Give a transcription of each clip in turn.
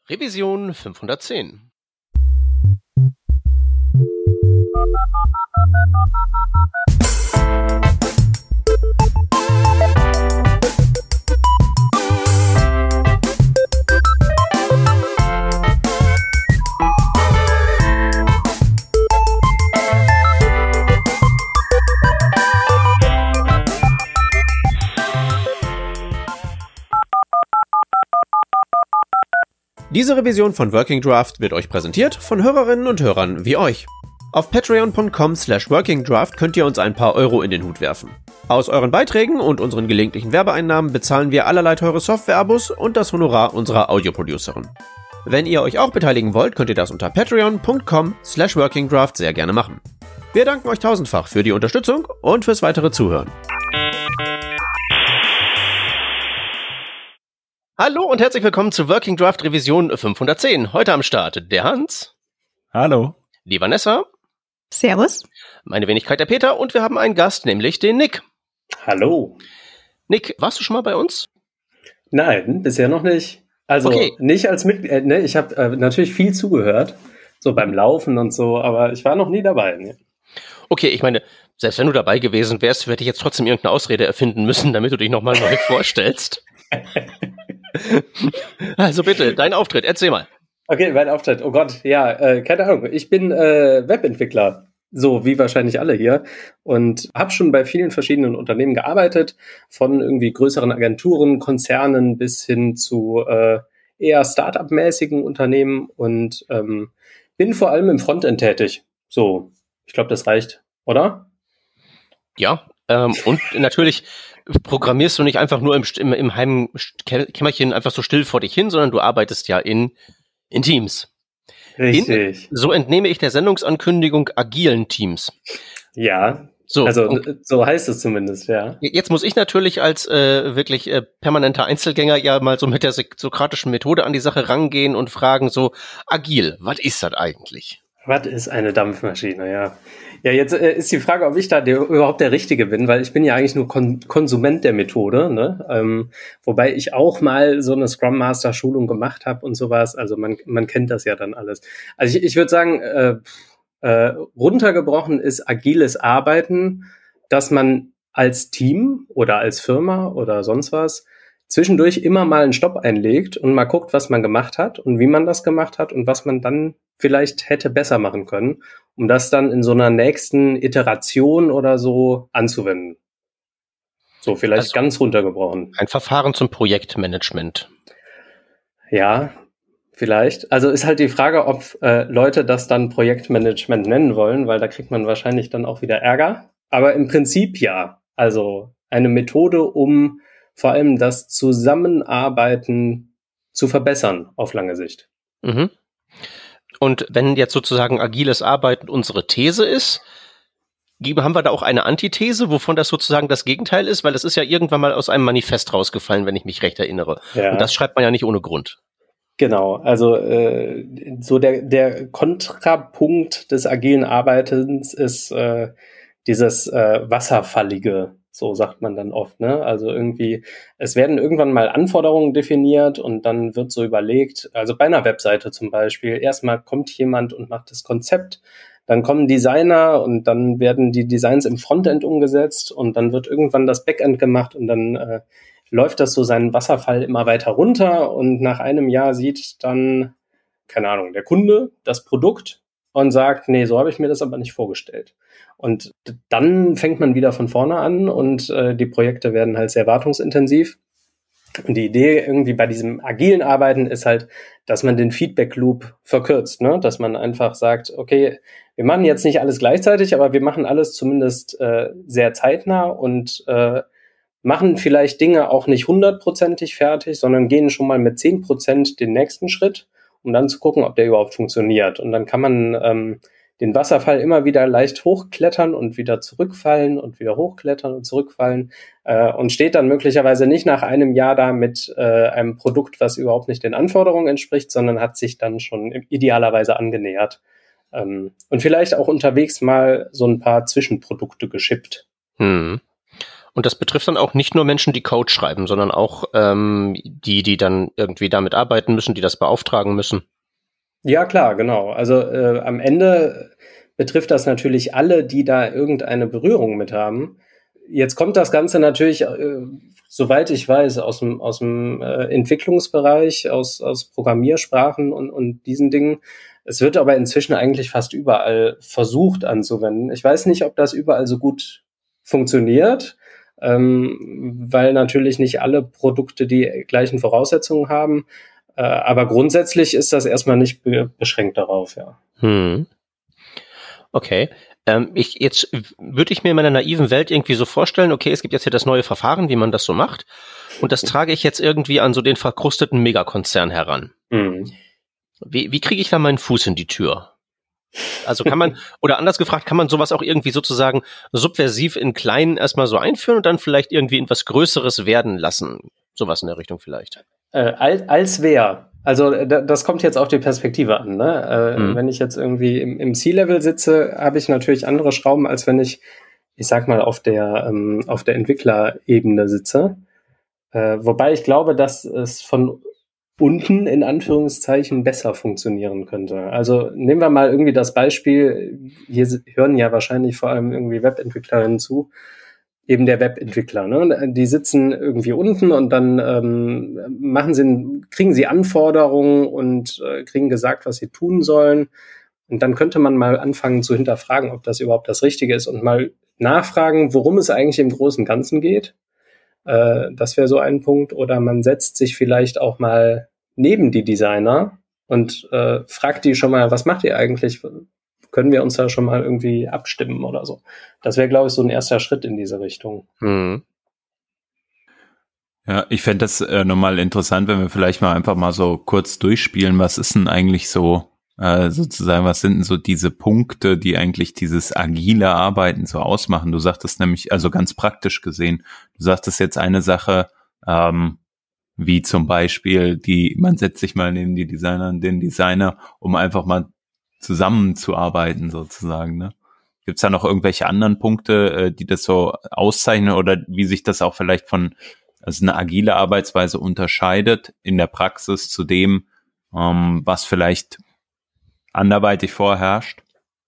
Revision 510. Diese Revision von Working Draft wird euch präsentiert von Hörerinnen und Hörern wie euch. Auf patreon.com/workingdraft könnt ihr uns ein paar Euro in den Hut werfen. Aus euren Beiträgen und unseren gelegentlichen Werbeeinnahmen bezahlen wir allerlei teure Software-Abos und das Honorar unserer Audioproducerin. Wenn ihr euch auch beteiligen wollt, könnt ihr das unter patreon.com/workingdraft sehr gerne machen. Wir danken euch tausendfach für die Unterstützung und fürs weitere Zuhören. Hallo und herzlich willkommen zu Working Draft Revision 510. Heute am Start der Hans. Hallo. Die Vanessa. Servus. Meine Wenigkeit der Peter und wir haben einen Gast, nämlich den Nick. Hallo. Nick, warst du schon mal bei uns? Nein, bisher noch nicht. Also okay. Nicht als Mitglied, ne? Ich habe natürlich viel zugehört, so beim Laufen und so, aber ich war noch nie dabei. Ne? Okay, ich meine, selbst wenn du dabei gewesen wärst, hätte ich jetzt trotzdem irgendeine Ausrede erfinden müssen, damit du dich nochmal neu vorstellst. Also bitte, dein Auftritt, erzähl mal. Okay, mein Auftritt, oh Gott, ja, keine Ahnung. Ich bin Webentwickler, so wie wahrscheinlich alle hier, und habe schon bei vielen verschiedenen Unternehmen gearbeitet, von irgendwie größeren Agenturen, Konzernen bis hin zu eher Startup-mäßigen Unternehmen und bin vor allem im Frontend tätig. So, ich glaube, das reicht, oder? Ja, und natürlich programmierst du nicht einfach nur im Heimkämmerchen einfach so still vor dich hin, sondern du arbeitest ja in Teams. Richtig. So entnehme ich der Sendungsankündigung agilen Teams. Ja, so heißt es zumindest, ja. Jetzt muss ich natürlich als wirklich permanenter Einzelgänger ja mal so mit der sokratischen Methode an die Sache rangehen und fragen so, agil, was ist das eigentlich? Was ist eine Dampfmaschine, ja. Ja, jetzt ist die Frage, ob ich da überhaupt der Richtige bin, weil ich bin ja eigentlich nur Konsument der Methode, ne? Wobei ich auch mal so eine Scrum Master Schulung gemacht habe und sowas. Also man kennt das ja dann alles. Also ich würde sagen, runtergebrochen ist agiles Arbeiten, dass man als Team oder als Firma oder sonst was zwischendurch immer mal einen Stopp einlegt und mal guckt, was man gemacht hat und wie man das gemacht hat und was man dann vielleicht hätte besser machen können, um das dann in so einer nächsten Iteration oder so anzuwenden. So, vielleicht also ganz runtergebrochen. Ein Verfahren zum Projektmanagement. Ja, vielleicht. Also ist halt die Frage, ob Leute das dann Projektmanagement nennen wollen, weil da kriegt man wahrscheinlich dann auch wieder Ärger. Aber im Prinzip ja. Also eine Methode, um vor allem das Zusammenarbeiten zu verbessern auf lange Sicht. Mhm. Und wenn jetzt sozusagen agiles Arbeiten unsere These ist, haben wir da auch eine Antithese, wovon das sozusagen das Gegenteil ist? Weil das ist ja irgendwann mal aus einem Manifest rausgefallen, wenn ich mich recht erinnere. Ja. Und das schreibt man ja nicht ohne Grund. Genau, also so der Kontrapunkt des agilen Arbeitens ist dieses Wasserfallige. So sagt man dann oft, ne? Also irgendwie, es werden irgendwann mal Anforderungen definiert und dann wird so überlegt, also bei einer Webseite zum Beispiel, erstmal kommt jemand und macht das Konzept, dann kommen Designer und dann werden die Designs im Frontend umgesetzt und dann wird irgendwann das Backend gemacht und dann läuft das so seinen Wasserfall immer weiter runter und nach einem Jahr sieht dann, keine Ahnung, der Kunde das Produkt und sagt, nee, so habe ich mir das aber nicht vorgestellt. Und dann fängt man wieder von vorne an und die Projekte werden halt sehr wartungsintensiv. Und die Idee irgendwie bei diesem agilen Arbeiten ist halt, dass man den Feedback-Loop verkürzt, ne? Dass man einfach sagt, okay, wir machen jetzt nicht alles gleichzeitig, aber wir machen alles zumindest sehr zeitnah und machen vielleicht Dinge auch nicht 100%ig fertig, sondern gehen schon mal mit 10% den nächsten Schritt, um dann zu gucken, ob der überhaupt funktioniert. Und dann kann man den Wasserfall immer wieder leicht hochklettern und wieder zurückfallen und wieder hochklettern und zurückfallen und steht dann möglicherweise nicht nach einem Jahr da mit einem Produkt, was überhaupt nicht den Anforderungen entspricht, sondern hat sich dann schon idealerweise angenähert und vielleicht auch unterwegs mal so ein paar Zwischenprodukte geschippt. Hm. Und das betrifft dann auch nicht nur Menschen, die Code schreiben, sondern auch die dann irgendwie damit arbeiten müssen, die das beauftragen müssen. Ja, klar, genau. Also am Ende betrifft das natürlich alle, die da irgendeine Berührung mit haben. Jetzt kommt das Ganze natürlich, soweit ich weiß, aus dem Entwicklungsbereich, aus Programmiersprachen und diesen Dingen. Es wird aber inzwischen eigentlich fast überall versucht anzuwenden. Ich weiß nicht, ob das überall so gut funktioniert, weil natürlich nicht alle Produkte die gleichen Voraussetzungen haben. Aber grundsätzlich ist das erstmal nicht beschränkt darauf, ja. Okay. Jetzt würde ich mir in meiner naiven Welt irgendwie so vorstellen, okay, es gibt jetzt hier das neue Verfahren, wie man das so macht. Und das trage ich jetzt irgendwie an so den verkrusteten Megakonzern heran. Wie kriege ich da meinen Fuß in die Tür? Also kann man, oder anders gefragt, kann man sowas auch irgendwie sozusagen subversiv in kleinen erstmal so einführen und dann vielleicht irgendwie in was Größeres werden lassen? Sowas in der Richtung vielleicht. Als wer? Also das kommt jetzt auf die Perspektive an. Ne? Wenn ich jetzt irgendwie im C-Level sitze, habe ich natürlich andere Schrauben, als wenn ich sag mal, auf der Entwicklerebene sitze. Wobei ich glaube, dass es von unten in Anführungszeichen besser funktionieren könnte. Also nehmen wir mal irgendwie das Beispiel, hier hören ja wahrscheinlich vor allem irgendwie Webentwicklerinnen zu, eben der Webentwickler, ne? Die sitzen irgendwie unten und dann kriegen sie Anforderungen und kriegen gesagt, was sie tun sollen. Und dann könnte man mal anfangen zu hinterfragen, ob das überhaupt das Richtige ist und mal nachfragen, worum es eigentlich im Großen und Ganzen geht. Das wäre so ein Punkt. Oder man setzt sich vielleicht auch mal neben die Designer und fragt die schon mal, was macht ihr eigentlich? Können wir uns da schon mal irgendwie abstimmen oder so? Das wäre, glaube ich, so ein erster Schritt in diese Richtung. Ja, ich fände das nochmal interessant, wenn wir vielleicht mal einfach mal so kurz durchspielen. Was ist denn eigentlich so sozusagen, was sind denn so diese Punkte, die eigentlich dieses agile Arbeiten so ausmachen? Du sagtest nämlich, also ganz praktisch gesehen, du sagtest jetzt eine Sache, wie zum Beispiel man setzt sich mal neben die Designerin, den Designer, um einfach mal zusammenzuarbeiten sozusagen, ne? Gibt's da noch irgendwelche anderen Punkte, die das so auszeichnen oder wie sich das auch vielleicht also eine agile Arbeitsweise unterscheidet in der Praxis zu dem, was vielleicht anderweitig vorherrscht?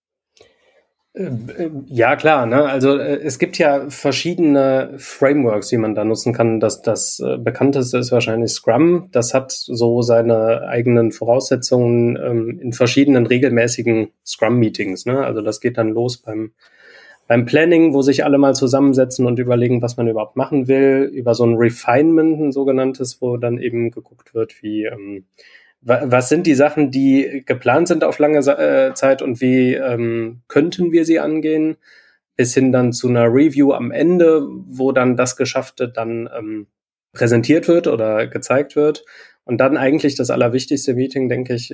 Ja, klar, ne? Also es gibt ja verschiedene Frameworks, die man da nutzen kann. Das bekannteste ist wahrscheinlich Scrum. Das hat so seine eigenen Voraussetzungen in verschiedenen regelmäßigen Scrum-Meetings, ne? Also das geht dann los beim Planning, wo sich alle mal zusammensetzen und überlegen, was man überhaupt machen will, über so ein Refinement, ein sogenanntes, wo dann eben geguckt wird, wie was sind die Sachen, die geplant sind auf lange Zeit und wie könnten wir sie angehen, bis hin dann zu einer Review am Ende, wo dann das Geschaffte dann präsentiert wird oder gezeigt wird. Und dann eigentlich das allerwichtigste Meeting, denke ich,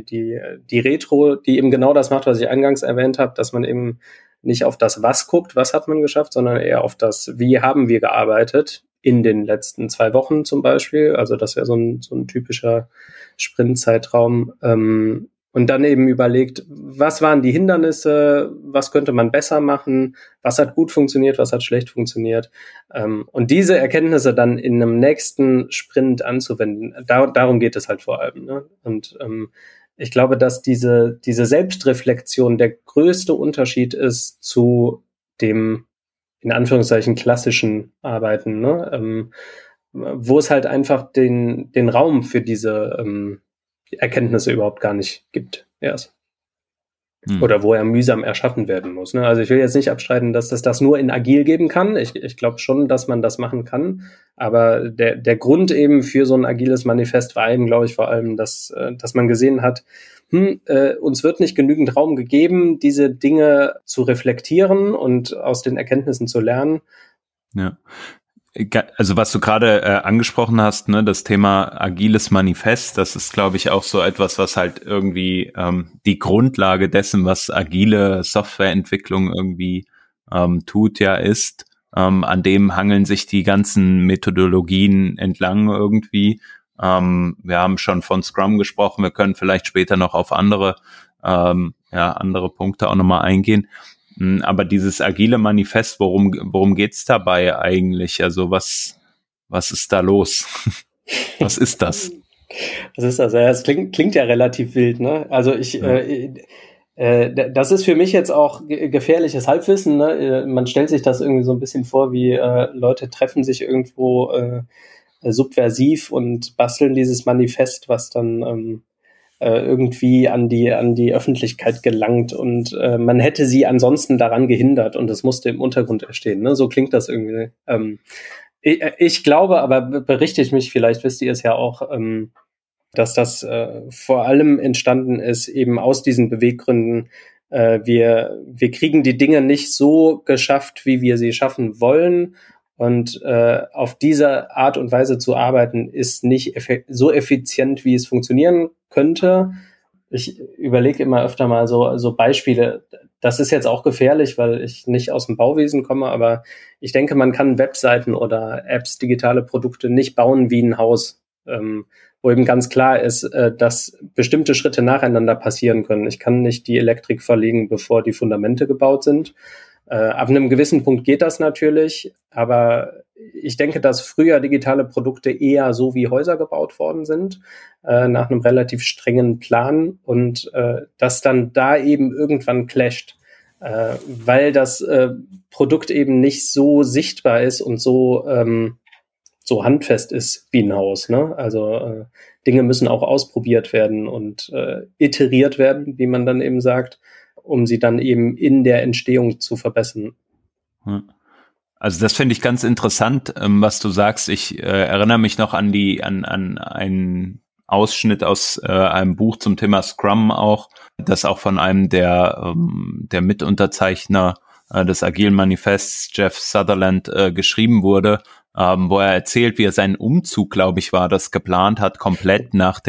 die Retro, die eben genau das macht, was ich eingangs erwähnt habe, dass man eben nicht auf das Was guckt, was hat man geschafft, sondern eher auf das Wie haben wir gearbeitet in den letzten 2 Wochen zum Beispiel. Also das wäre so ein typischer Sprintzeitraum. Und dann eben überlegt, was waren die Hindernisse, was könnte man besser machen, was hat gut funktioniert, was hat schlecht funktioniert. Und diese Erkenntnisse dann in einem nächsten Sprint anzuwenden, darum geht es halt vor allem. Ne? Und ich glaube, dass diese Selbstreflexion der größte Unterschied ist zu dem, in Anführungszeichen, klassischen Arbeiten, ne? Wo es halt einfach den Raum für diese Erkenntnisse überhaupt gar nicht gibt erst. Oder wo er mühsam erschaffen werden muss. Ne? Also ich will jetzt nicht abstreiten, dass es das nur in Agil geben kann. Ich glaube schon, dass man das machen kann. Aber der Grund eben für so ein agiles Manifest war eben, glaube ich, vor allem, dass man gesehen hat, uns wird nicht genügend Raum gegeben, diese Dinge zu reflektieren und aus den Erkenntnissen zu lernen. Ja. Also was du gerade angesprochen hast, ne, das Thema agiles Manifest, das ist, glaube ich, auch so etwas, was halt irgendwie die Grundlage dessen, was agile Softwareentwicklung irgendwie tut, ja ist. An dem hangeln sich die ganzen Methodologien entlang irgendwie. Wir haben schon von Scrum gesprochen, wir können vielleicht später noch auf andere Punkte auch nochmal eingehen. Aber dieses agile Manifest, worum geht's dabei eigentlich? Also was ist da los? Was ist das? Was ist das? Ja, das klingt ja relativ wild, ne? Also das ist für mich jetzt auch gefährliches Halbwissen, ne? Man stellt sich das irgendwie so ein bisschen vor, wie Leute treffen sich irgendwo subversiv und basteln dieses Manifest, was dann irgendwie an die Öffentlichkeit gelangt und man hätte sie ansonsten daran gehindert und das musste im Untergrund entstehen. Ne? So klingt das irgendwie. Ich glaube, aber berichtigt mich, vielleicht wisst ihr es ja auch, dass das vor allem entstanden ist eben aus diesen Beweggründen. Wir kriegen die Dinge nicht so geschafft, wie wir sie schaffen wollen. Und auf diese Art und Weise zu arbeiten, ist nicht so effizient, wie es funktionieren könnte. Ich überlege immer öfter mal so Beispiele. Das ist jetzt auch gefährlich, weil ich nicht aus dem Bauwesen komme, aber ich denke, man kann Webseiten oder Apps, digitale Produkte nicht bauen wie ein Haus, wo eben ganz klar ist, dass bestimmte Schritte nacheinander passieren können. Ich kann nicht die Elektrik verlegen, bevor die Fundamente gebaut sind. Ab einem gewissen Punkt geht das natürlich, aber ich denke, dass früher digitale Produkte eher so wie Häuser gebaut worden sind, nach einem relativ strengen Plan und das dann da eben irgendwann clasht, weil das Produkt eben nicht so sichtbar ist und so handfest ist wie ein Haus. Ne? Also Dinge müssen auch ausprobiert werden und iteriert werden, wie man dann eben sagt, um sie dann eben in der Entstehung zu verbessern. Also das finde ich ganz interessant, was du sagst. Ich erinnere mich noch an einen Ausschnitt aus einem Buch zum Thema Scrum auch, das auch von einem der Mitunterzeichner des Agilen Manifests, Jeff Sutherland, geschrieben wurde, wo er erzählt, wie er seinen Umzug, glaube ich, war das geplant hat, komplett nach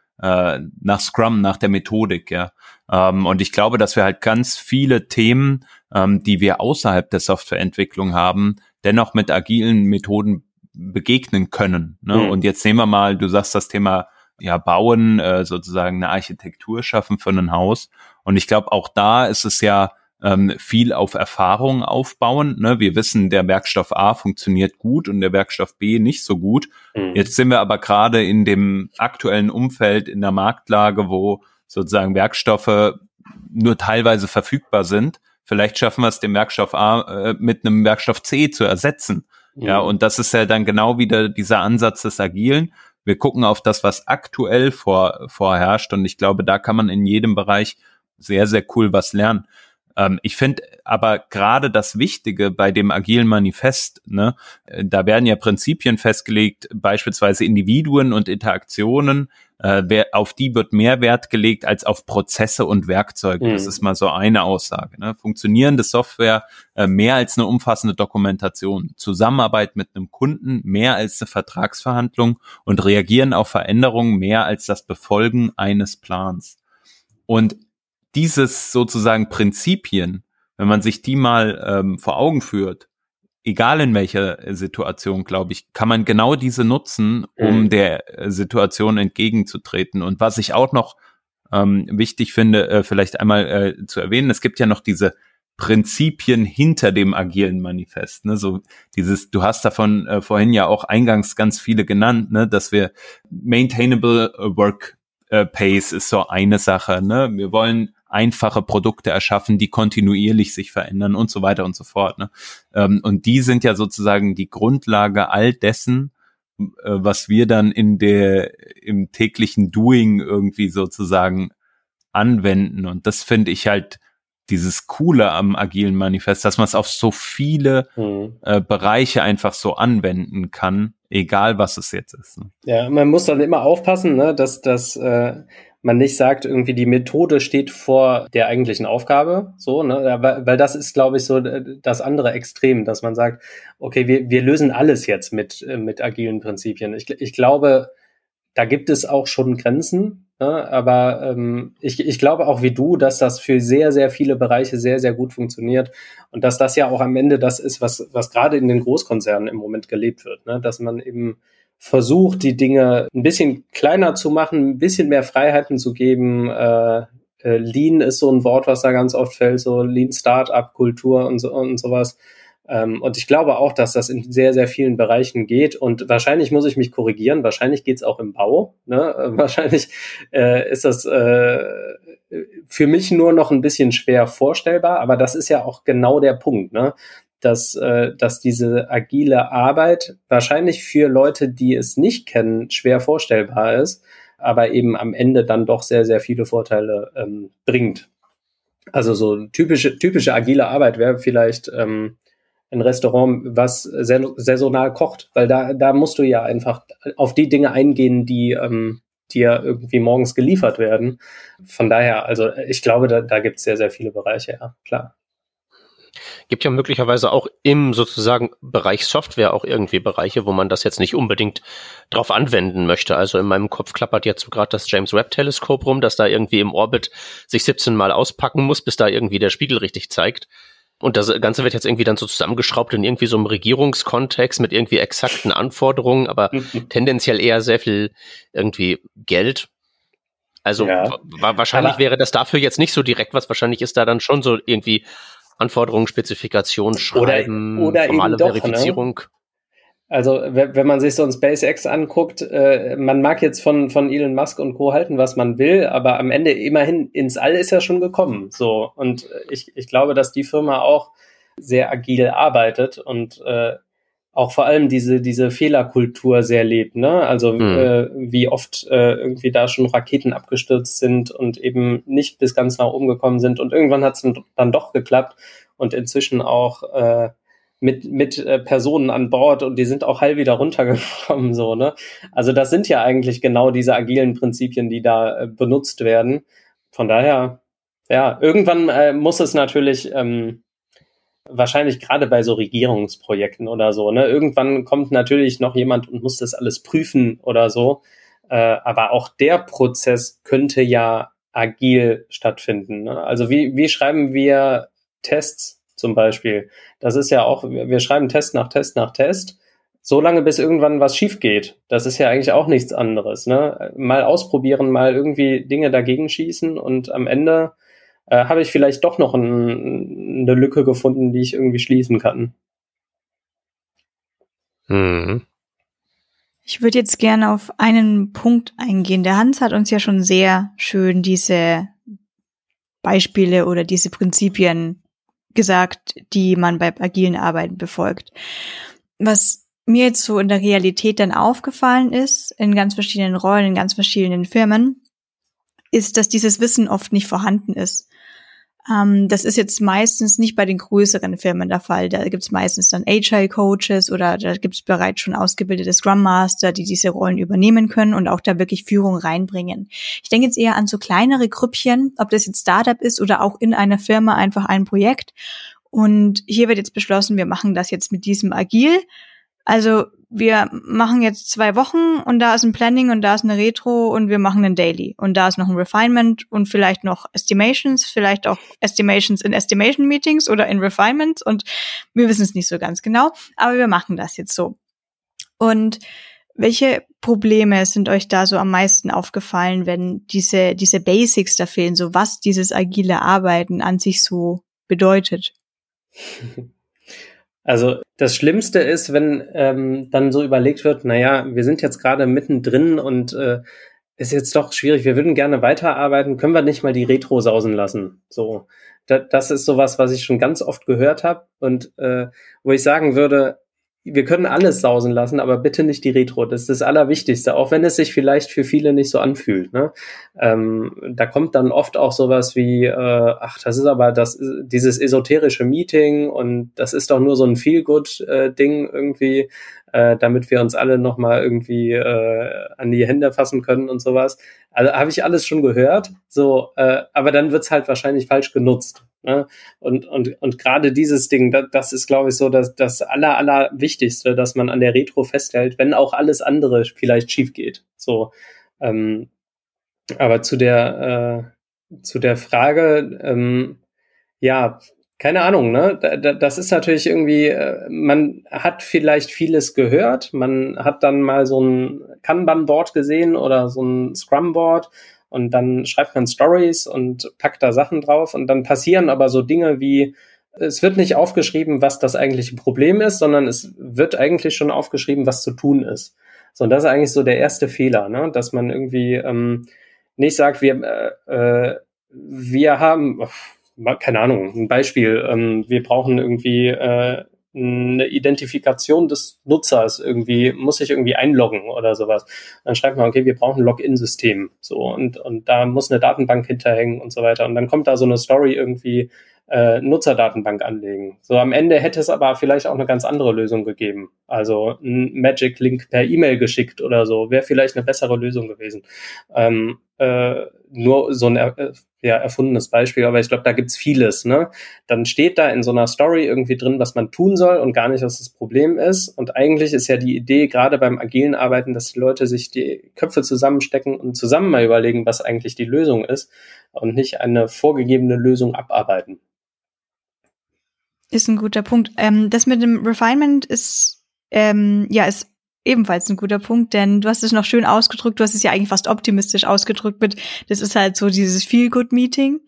Scrum, nach der Methodik, ja. Und ich glaube, dass wir halt ganz viele Themen, die wir außerhalb der Softwareentwicklung haben, dennoch mit agilen Methoden begegnen können. Ne? Und jetzt nehmen wir mal, du sagst das Thema bauen, sozusagen eine Architektur schaffen für ein Haus. Und ich glaube, auch da ist es ja viel auf Erfahrung aufbauen. Ne? Wir wissen, der Werkstoff A funktioniert gut und der Werkstoff B nicht so gut. Jetzt sind wir aber gerade in dem aktuellen Umfeld, in der Marktlage, wo sozusagen Werkstoffe nur teilweise verfügbar sind. Vielleicht schaffen wir es, den Werkstoff A mit einem Werkstoff C zu ersetzen. Ja, und das ist ja dann genau wieder dieser Ansatz des Agilen. Wir gucken auf das, was aktuell vorherrscht, und ich glaube, da kann man in jedem Bereich sehr, sehr cool was lernen. Ich finde aber gerade das Wichtige bei dem agilen Manifest, ne, da werden ja Prinzipien festgelegt, beispielsweise Individuen und Interaktionen, auf die wird mehr Wert gelegt als auf Prozesse und Werkzeuge. Das ist mal so eine Aussage. Ne? Funktionierende Software mehr als eine umfassende Dokumentation, Zusammenarbeit mit einem Kunden mehr als eine Vertragsverhandlung und Reagieren auf Veränderungen mehr als das Befolgen eines Plans. Und dieses sozusagen Prinzipien, wenn man sich die mal vor Augen führt, egal in welcher Situation, glaube ich, kann man genau diese nutzen, um der Situation entgegenzutreten. Und was ich auch noch wichtig finde, vielleicht einmal zu erwähnen, es gibt ja noch diese Prinzipien hinter dem agilen Manifest, ne, so dieses, du hast davon vorhin ja auch eingangs ganz viele genannt, ne, dass wir maintainable work pace ist so eine Sache, ne, wir wollen einfache Produkte erschaffen, die kontinuierlich sich verändern und so weiter und so fort, ne, und die sind ja sozusagen die Grundlage all dessen, was wir dann im täglichen Doing irgendwie sozusagen anwenden, und das finde ich halt dieses Coole am agilen Manifest, dass man es auf so viele Bereiche einfach so anwenden kann, egal was es jetzt ist. Ne? Ja, man muss dann immer aufpassen, ne, dass man nicht sagt, irgendwie die Methode steht vor der eigentlichen Aufgabe, so, ne, weil das ist, glaube ich, so das andere Extrem, dass man sagt, okay, wir lösen alles jetzt mit agilen Prinzipien. Ich glaube, da gibt es auch schon Grenzen, ne, aber ich glaube auch wie du, dass das für sehr, sehr viele Bereiche sehr, sehr gut funktioniert und dass das ja auch am Ende das ist, was gerade in den Großkonzernen im Moment gelebt wird, ne, dass man eben versucht, die Dinge ein bisschen kleiner zu machen, ein bisschen mehr Freiheiten zu geben, Lean ist so ein Wort, was da ganz oft fällt, so Lean Startup Kultur und sowas. Und ich glaube auch, dass das in sehr, sehr vielen Bereichen geht. Und wahrscheinlich muss ich mich korrigieren. Wahrscheinlich geht es auch im Bau. Ne? Wahrscheinlich ist das für mich nur noch ein bisschen schwer vorstellbar. Aber das ist ja auch genau der Punkt, ne? Dass diese agile Arbeit wahrscheinlich für Leute, die es nicht kennen, schwer vorstellbar ist, aber eben am Ende dann doch sehr, sehr viele Vorteile bringt. Also so typische agile Arbeit wäre vielleicht ein Restaurant, was saisonal kocht, weil da musst du ja einfach auf die Dinge eingehen, die dir irgendwie morgens geliefert werden. Von daher, also ich glaube, da gibt es sehr, sehr viele Bereiche, ja, klar. Gibt ja möglicherweise auch im sozusagen Bereich Software auch irgendwie Bereiche, wo man das jetzt nicht unbedingt drauf anwenden möchte. Also in meinem Kopf klappert jetzt so gerade das James Webb Teleskop rum, das da irgendwie im Orbit sich 17 Mal auspacken muss, bis da irgendwie der Spiegel richtig zeigt. Und das Ganze wird jetzt irgendwie dann so zusammengeschraubt in irgendwie so einem Regierungskontext mit irgendwie exakten Anforderungen, aber tendenziell eher sehr viel irgendwie Geld. Also ja. Wahrscheinlich wäre das dafür jetzt nicht so direkt was. Wahrscheinlich ist da dann schon so irgendwie Anforderungen, Spezifikation, Schreiben, oder formale doch, Verifizierung. Ne? Also wenn man sich so ein SpaceX anguckt, man mag jetzt von Elon Musk und Co. halten, was man will, aber am Ende immerhin ins All ist er schon gekommen. So, und ich glaube, dass die Firma auch sehr agil arbeitet und auch vor allem diese Fehlerkultur sehr lebt, ne? Also wie oft irgendwie da schon Raketen abgestürzt sind und eben nicht bis ganz nach oben gekommen sind und irgendwann hat es dann doch geklappt und inzwischen auch mit Personen an Bord und die sind auch heil wieder runtergekommen, so, ne? Also das sind ja eigentlich genau diese agilen Prinzipien, die da benutzt werden. Von daher, ja, irgendwann muss es natürlich wahrscheinlich gerade bei so Regierungsprojekten oder so, ne? Irgendwann kommt natürlich noch jemand und muss das alles prüfen oder so. Aber auch der Prozess könnte ja agil stattfinden, ne? Also wie schreiben wir Tests zum Beispiel? Das ist ja auch, wir schreiben Test nach Test nach Test, so lange bis irgendwann was schief geht. Das ist ja eigentlich auch nichts anderes, ne? Mal ausprobieren, mal irgendwie Dinge dagegen schießen und am Ende habe ich vielleicht doch noch eine Lücke gefunden, die ich irgendwie schließen kann. Ich würde jetzt gerne auf einen Punkt eingehen. Der Hans hat uns ja schon sehr schön diese Beispiele oder diese Prinzipien gesagt, die man bei agilen Arbeiten befolgt. Was mir jetzt so in der Realität dann aufgefallen ist, in ganz verschiedenen Rollen, in ganz verschiedenen Firmen, ist, dass dieses Wissen oft nicht vorhanden ist. Das ist jetzt meistens nicht bei den größeren Firmen der Fall. Da gibt's meistens dann Agile-Coaches oder da gibt's bereits schon ausgebildete Scrum Master, die diese Rollen übernehmen können und auch da wirklich Führung reinbringen. Ich denke jetzt eher an so kleinere Grüppchen, ob das jetzt Startup ist oder auch in einer Firma einfach ein Projekt. Und hier wird jetzt beschlossen, wir machen das jetzt mit diesem Agil. Also wir machen jetzt 2 Wochen und da ist ein Planning und da ist eine Retro und wir machen ein Daily und da ist noch ein Refinement und vielleicht noch Estimations, vielleicht auch Estimations in Estimation Meetings oder in Refinements und wir wissen es nicht so ganz genau, aber wir machen das jetzt so. Und welche Probleme sind euch da so am meisten aufgefallen, wenn diese Basics da fehlen, so was dieses agile Arbeiten an sich so bedeutet? Also das Schlimmste ist, wenn dann so überlegt wird, naja, wir sind jetzt gerade mittendrin und ist jetzt doch schwierig, wir würden gerne weiterarbeiten, können wir nicht mal die Retro sausen lassen? So, das ist sowas, was ich schon ganz oft gehört habe und wo ich sagen würde, wir können alles sausen lassen, aber bitte nicht die Retro. Das ist das Allerwichtigste, auch wenn es sich vielleicht für viele nicht so anfühlt. Ne? Da kommt dann oft auch sowas wie, das ist aber dieses esoterische Meeting und das ist doch nur so ein Feel-Good-Ding irgendwie, damit wir uns alle nochmal irgendwie an die Hände fassen können und sowas. Also habe ich alles schon gehört, so, aber dann wird's halt wahrscheinlich falsch genutzt. Ne? Und gerade dieses Ding, das ist, glaube ich, so das Allerwichtigste, dass man an der Retro festhält, wenn auch alles andere vielleicht schief geht. So, aber zu der Frage, ja, keine Ahnung, ne? Das ist natürlich irgendwie, man hat vielleicht vieles gehört, man hat dann mal so ein Kanban-Board gesehen oder so ein Scrum-Board und dann schreibt man Stories und packt da Sachen drauf und dann passieren aber so Dinge wie, es wird nicht aufgeschrieben, was das eigentliche Problem ist, sondern es wird eigentlich schon aufgeschrieben, was zu tun ist. So, und das ist eigentlich so der erste Fehler, ne? Dass man irgendwie nicht sagt, wir haben, keine Ahnung, ein Beispiel, wir brauchen irgendwie eine Identifikation des Nutzers, irgendwie muss ich irgendwie einloggen oder sowas. Dann schreibt man, okay, wir brauchen ein Login-System, so, und da muss eine Datenbank hinterhängen und so weiter. Und dann kommt da so eine Story irgendwie, Nutzerdatenbank anlegen. So, am Ende hätte es aber vielleicht auch eine ganz andere Lösung gegeben. Also ein Magic-Link per E-Mail geschickt oder so, wäre vielleicht eine bessere Lösung gewesen. Nur so ein erfundenes Beispiel, aber ich glaube, da gibt's vieles, ne? Dann steht da in so einer Story irgendwie drin, was man tun soll und gar nicht, was das Problem ist. Und eigentlich ist ja die Idee, gerade beim agilen Arbeiten, dass die Leute sich die Köpfe zusammenstecken und zusammen mal überlegen, was eigentlich die Lösung ist und nicht eine vorgegebene Lösung abarbeiten. Ist ein guter Punkt. Das mit dem Refinement ist ebenfalls ein guter Punkt, denn du hast es noch schön ausgedrückt, du hast es ja eigentlich fast optimistisch ausgedrückt mit, das ist halt so dieses Feel-Good-Meeting.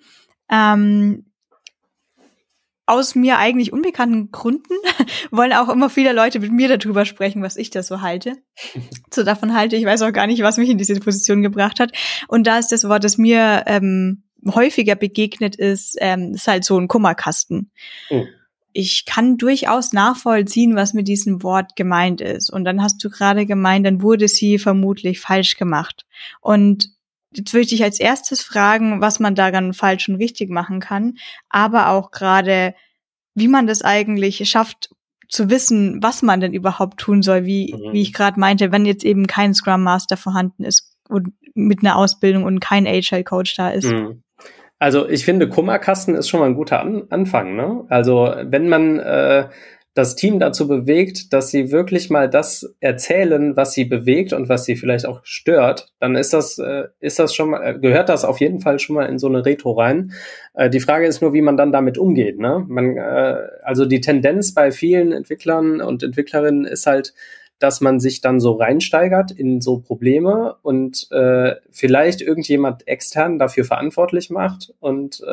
Aus mir eigentlich unbekannten Gründen wollen auch immer viele Leute mit mir darüber sprechen, was ich da so halte. So davon halte ich, weiß auch gar nicht, was mich in diese Position gebracht hat. Und da ist das Wort, das mir häufiger begegnet ist halt so ein Kummerkasten. Oh. Ich kann durchaus nachvollziehen, was mit diesem Wort gemeint ist. Und dann hast du gerade gemeint, dann wurde sie vermutlich falsch gemacht. Und jetzt würde ich dich als erstes fragen, was man daran falsch und richtig machen kann, aber auch gerade, wie man das eigentlich schafft, zu wissen, was man denn überhaupt tun soll, wie ich gerade meinte, wenn jetzt eben kein Scrum Master vorhanden ist und mit einer Ausbildung und kein Agile Coach da ist. Mhm. Also ich finde, Kummerkasten ist schon mal ein guter Anfang, ne? Also wenn man das Team dazu bewegt, dass sie wirklich mal das erzählen, was sie bewegt und was sie vielleicht auch stört, dann ist das schon mal, gehört das auf jeden Fall schon mal in so eine Retro rein. Die Frage ist nur, wie man dann damit umgeht, ne? Also die Tendenz bei vielen Entwicklern und Entwicklerinnen ist halt, dass man sich dann so reinsteigert in so Probleme und vielleicht irgendjemand extern dafür verantwortlich macht und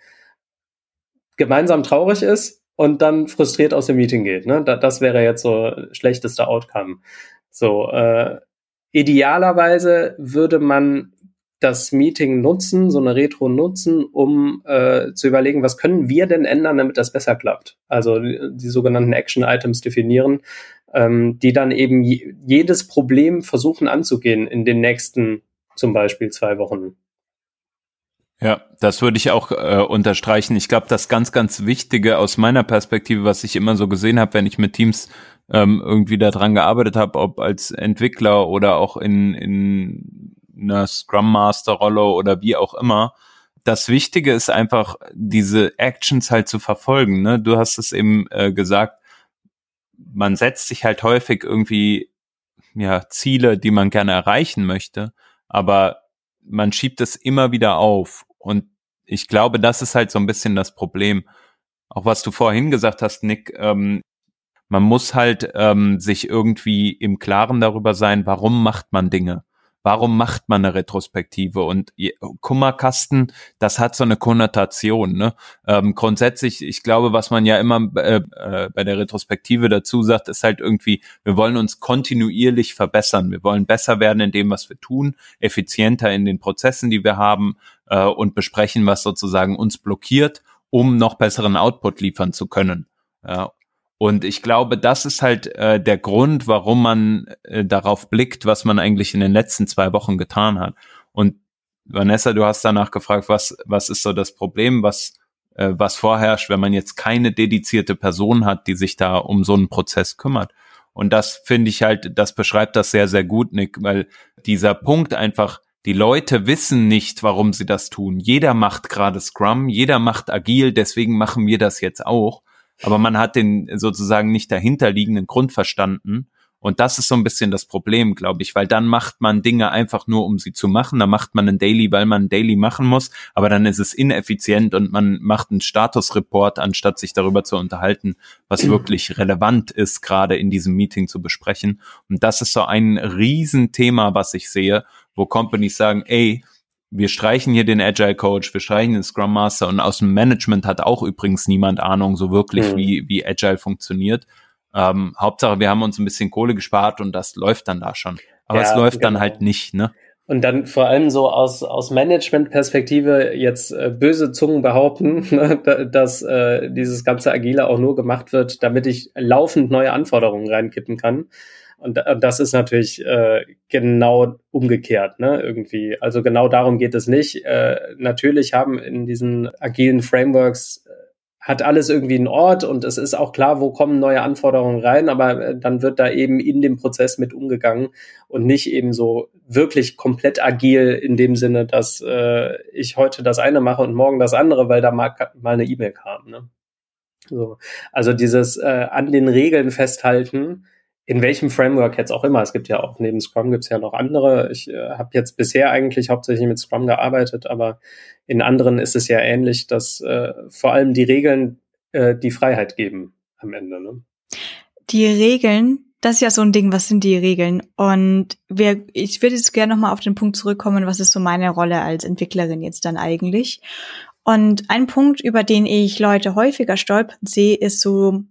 gemeinsam traurig ist und dann frustriert aus dem Meeting geht. Ne? Das wäre jetzt so schlechteste Outcome. So, idealerweise würde man das Meeting nutzen, so eine Retro nutzen, um zu überlegen, was können wir denn ändern, damit das besser klappt. Also die sogenannten Action-Items definieren, die dann eben jedes Problem versuchen anzugehen in den nächsten zum Beispiel 2 Wochen. Ja, das würde ich auch unterstreichen. Ich glaube, das ganz, ganz Wichtige aus meiner Perspektive, was ich immer so gesehen habe, wenn ich mit Teams irgendwie daran gearbeitet habe, ob als Entwickler oder auch in einer Scrum Master Rolle oder wie auch immer, das Wichtige ist einfach, diese Actions halt zu verfolgen. Ne? Du hast es eben gesagt, man setzt sich halt häufig irgendwie Ziele, die man gerne erreichen möchte, aber man schiebt es immer wieder auf. Und ich glaube, das ist halt so ein bisschen das Problem. Auch was du vorhin gesagt hast, Nick, man muss halt sich irgendwie im Klaren darüber sein, warum macht man Dinge? Warum macht man eine Retrospektive? Und Kummerkasten, das hat so eine Konnotation, ne? Grundsätzlich, ich glaube, was man ja immer bei der Retrospektive dazu sagt, ist halt irgendwie, wir wollen uns kontinuierlich verbessern. Wir wollen besser werden in dem, was wir tun, effizienter in den Prozessen, die wir haben, und besprechen, was sozusagen uns blockiert, um noch besseren Output liefern zu können. Ja. Und ich glaube, das ist halt der Grund, warum man darauf blickt, was man eigentlich in den letzten 2 Wochen getan hat. Und Vanessa, du hast danach gefragt, was ist so das Problem, was vorherrscht, wenn man jetzt keine dedizierte Person hat, die sich da um so einen Prozess kümmert. Und das finde ich halt, das beschreibt das sehr, sehr gut, Nick, weil dieser Punkt einfach, die Leute wissen nicht, warum sie das tun. Jeder macht gerade Scrum, jeder macht agil, deswegen machen wir das jetzt auch. Aber man hat den sozusagen nicht dahinterliegenden Grund verstanden. Und das ist so ein bisschen das Problem, glaube ich, weil dann macht man Dinge einfach nur, um sie zu machen. Dann macht man ein Daily, weil man ein Daily machen muss. Aber dann ist es ineffizient und man macht einen Statusreport, anstatt sich darüber zu unterhalten, was wirklich relevant ist, gerade in diesem Meeting zu besprechen. Und das ist so ein Riesenthema, was ich sehe, wo Companies sagen, ey, wir streichen hier den Agile Coach, wir streichen den Scrum Master und aus dem Management hat auch übrigens niemand Ahnung so wirklich, wie Agile funktioniert. Hauptsache, wir haben uns ein bisschen Kohle gespart und das läuft dann da schon. Aber es läuft dann halt nicht, ne? Und dann vor allem so aus Management-Perspektive jetzt böse Zungen behaupten, ne, dass dieses ganze Agile auch nur gemacht wird, damit ich laufend neue Anforderungen reinkippen kann. Und das ist natürlich genau umgekehrt, ne, irgendwie. Also genau darum geht es nicht. Natürlich haben in diesen agilen Frameworks hat alles irgendwie einen Ort und es ist auch klar, wo kommen neue Anforderungen rein, aber dann wird da eben in dem Prozess mit umgegangen und nicht eben so wirklich komplett agil in dem Sinne, dass ich heute das eine mache und morgen das andere, weil da mal eine E-Mail kam, ne? So. Also dieses an den Regeln festhalten, in welchem Framework jetzt auch immer. Es gibt ja auch neben Scrum gibt's ja noch andere. Ich habe jetzt bisher eigentlich hauptsächlich mit Scrum gearbeitet, aber in anderen ist es ja ähnlich, dass vor allem die Regeln die Freiheit geben am Ende. Ne? Die Regeln, das ist ja so ein Ding, was sind die Regeln? Und ich würde jetzt gerne nochmal auf den Punkt zurückkommen, was ist so meine Rolle als Entwicklerin jetzt dann eigentlich? Und ein Punkt, über den ich Leute häufiger stolpern sehe, ist so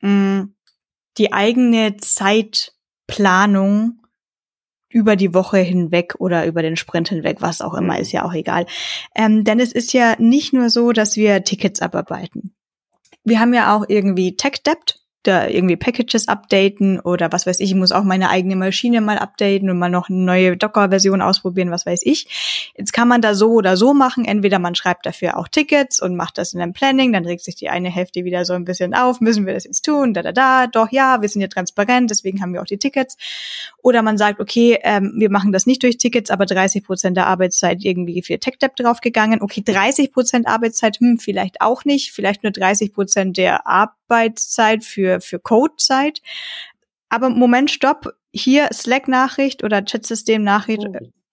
die eigene Zeitplanung über die Woche hinweg oder über den Sprint hinweg, was auch immer, ist ja auch egal. Denn es ist ja nicht nur so, dass wir Tickets abarbeiten. Wir haben ja auch irgendwie Tech-Debt, da irgendwie Packages updaten oder was weiß ich muss auch meine eigene Maschine mal updaten und mal noch eine neue Docker-Version ausprobieren, was weiß ich. Jetzt kann man da so oder so machen, entweder man schreibt dafür auch Tickets und macht das in einem Planning, dann regt sich die eine Hälfte wieder so ein bisschen auf, müssen wir das jetzt tun, doch ja, wir sind ja transparent, deswegen haben wir auch die Tickets. Oder man sagt, okay, wir machen das nicht durch Tickets, aber 30% der Arbeitszeit irgendwie für Tech-Debt draufgegangen. Okay, 30% Arbeitszeit, vielleicht auch nicht, vielleicht nur 30% der Arbeitszeit für Codezeit. Aber Moment, stopp, hier Slack-Nachricht oder Chatsystem-Nachricht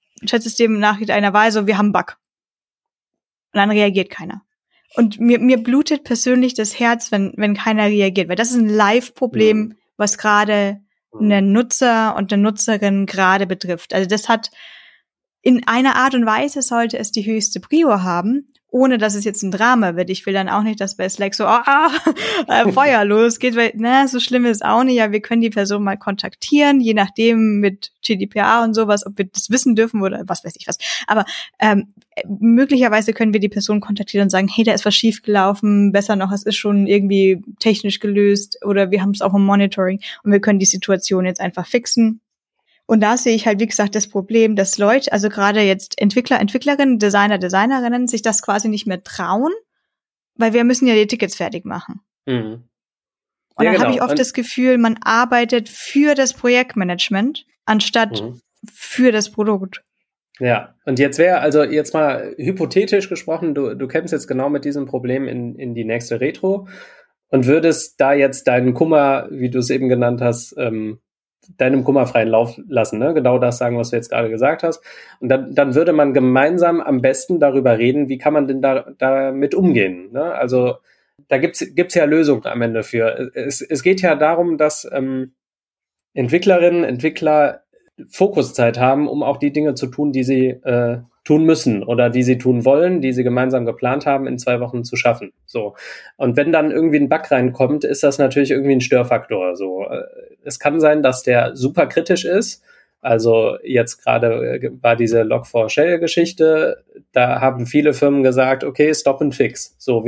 einer war so, wir haben einen Bug. Und dann reagiert keiner. Und mir blutet persönlich das Herz, wenn keiner reagiert, weil das ist ein Live-Problem, was gerade einen Nutzer und eine Nutzerin gerade betrifft. Also das hat in einer Art und Weise sollte es die höchste Prio haben, ohne dass es jetzt ein Drama wird. Ich will dann auch nicht, dass bei Slack so Feuer losgeht, weil so schlimm ist auch nicht. Ja, wir können die Person mal kontaktieren, je nachdem mit GDPR und sowas, ob wir das wissen dürfen oder was weiß ich was. Aber möglicherweise können wir die Person kontaktieren und sagen, hey, da ist was schiefgelaufen, besser noch, es ist schon irgendwie technisch gelöst oder wir haben es auch im Monitoring und wir können die Situation jetzt einfach fixen. Und da sehe ich halt, wie gesagt, das Problem, dass Leute, also gerade jetzt Entwickler, Entwicklerinnen, Designer, Designerinnen, sich das quasi nicht mehr trauen, weil wir müssen ja die Tickets fertig machen. Und dann habe ich oft das Gefühl, man arbeitet für das Projektmanagement, anstatt für das Produkt. Ja, und jetzt jetzt mal hypothetisch gesprochen, du kämpfst jetzt genau mit diesem Problem in die nächste Retro und würdest da jetzt deinen Kummer, wie du es eben genannt hast, deinem Kummer freien Lauf lassen, ne? Genau das sagen, was du jetzt gerade gesagt hast. Und dann würde man gemeinsam am besten darüber reden, wie kann man denn damit umgehen, ne? Also da gibt's ja Lösungen am Ende für. Es geht ja darum, dass Entwicklerinnen, Entwickler Fokuszeit haben, um auch die Dinge zu tun, die sie tun müssen oder die sie tun wollen, die sie gemeinsam geplant haben, in 2 Wochen zu schaffen. So. Und wenn dann irgendwie ein Bug reinkommt, ist das natürlich irgendwie ein Störfaktor. So. Es kann sein, dass der super kritisch ist. Also jetzt gerade war diese Log4Shell-Geschichte, da haben viele Firmen gesagt, okay, stop and fix. So,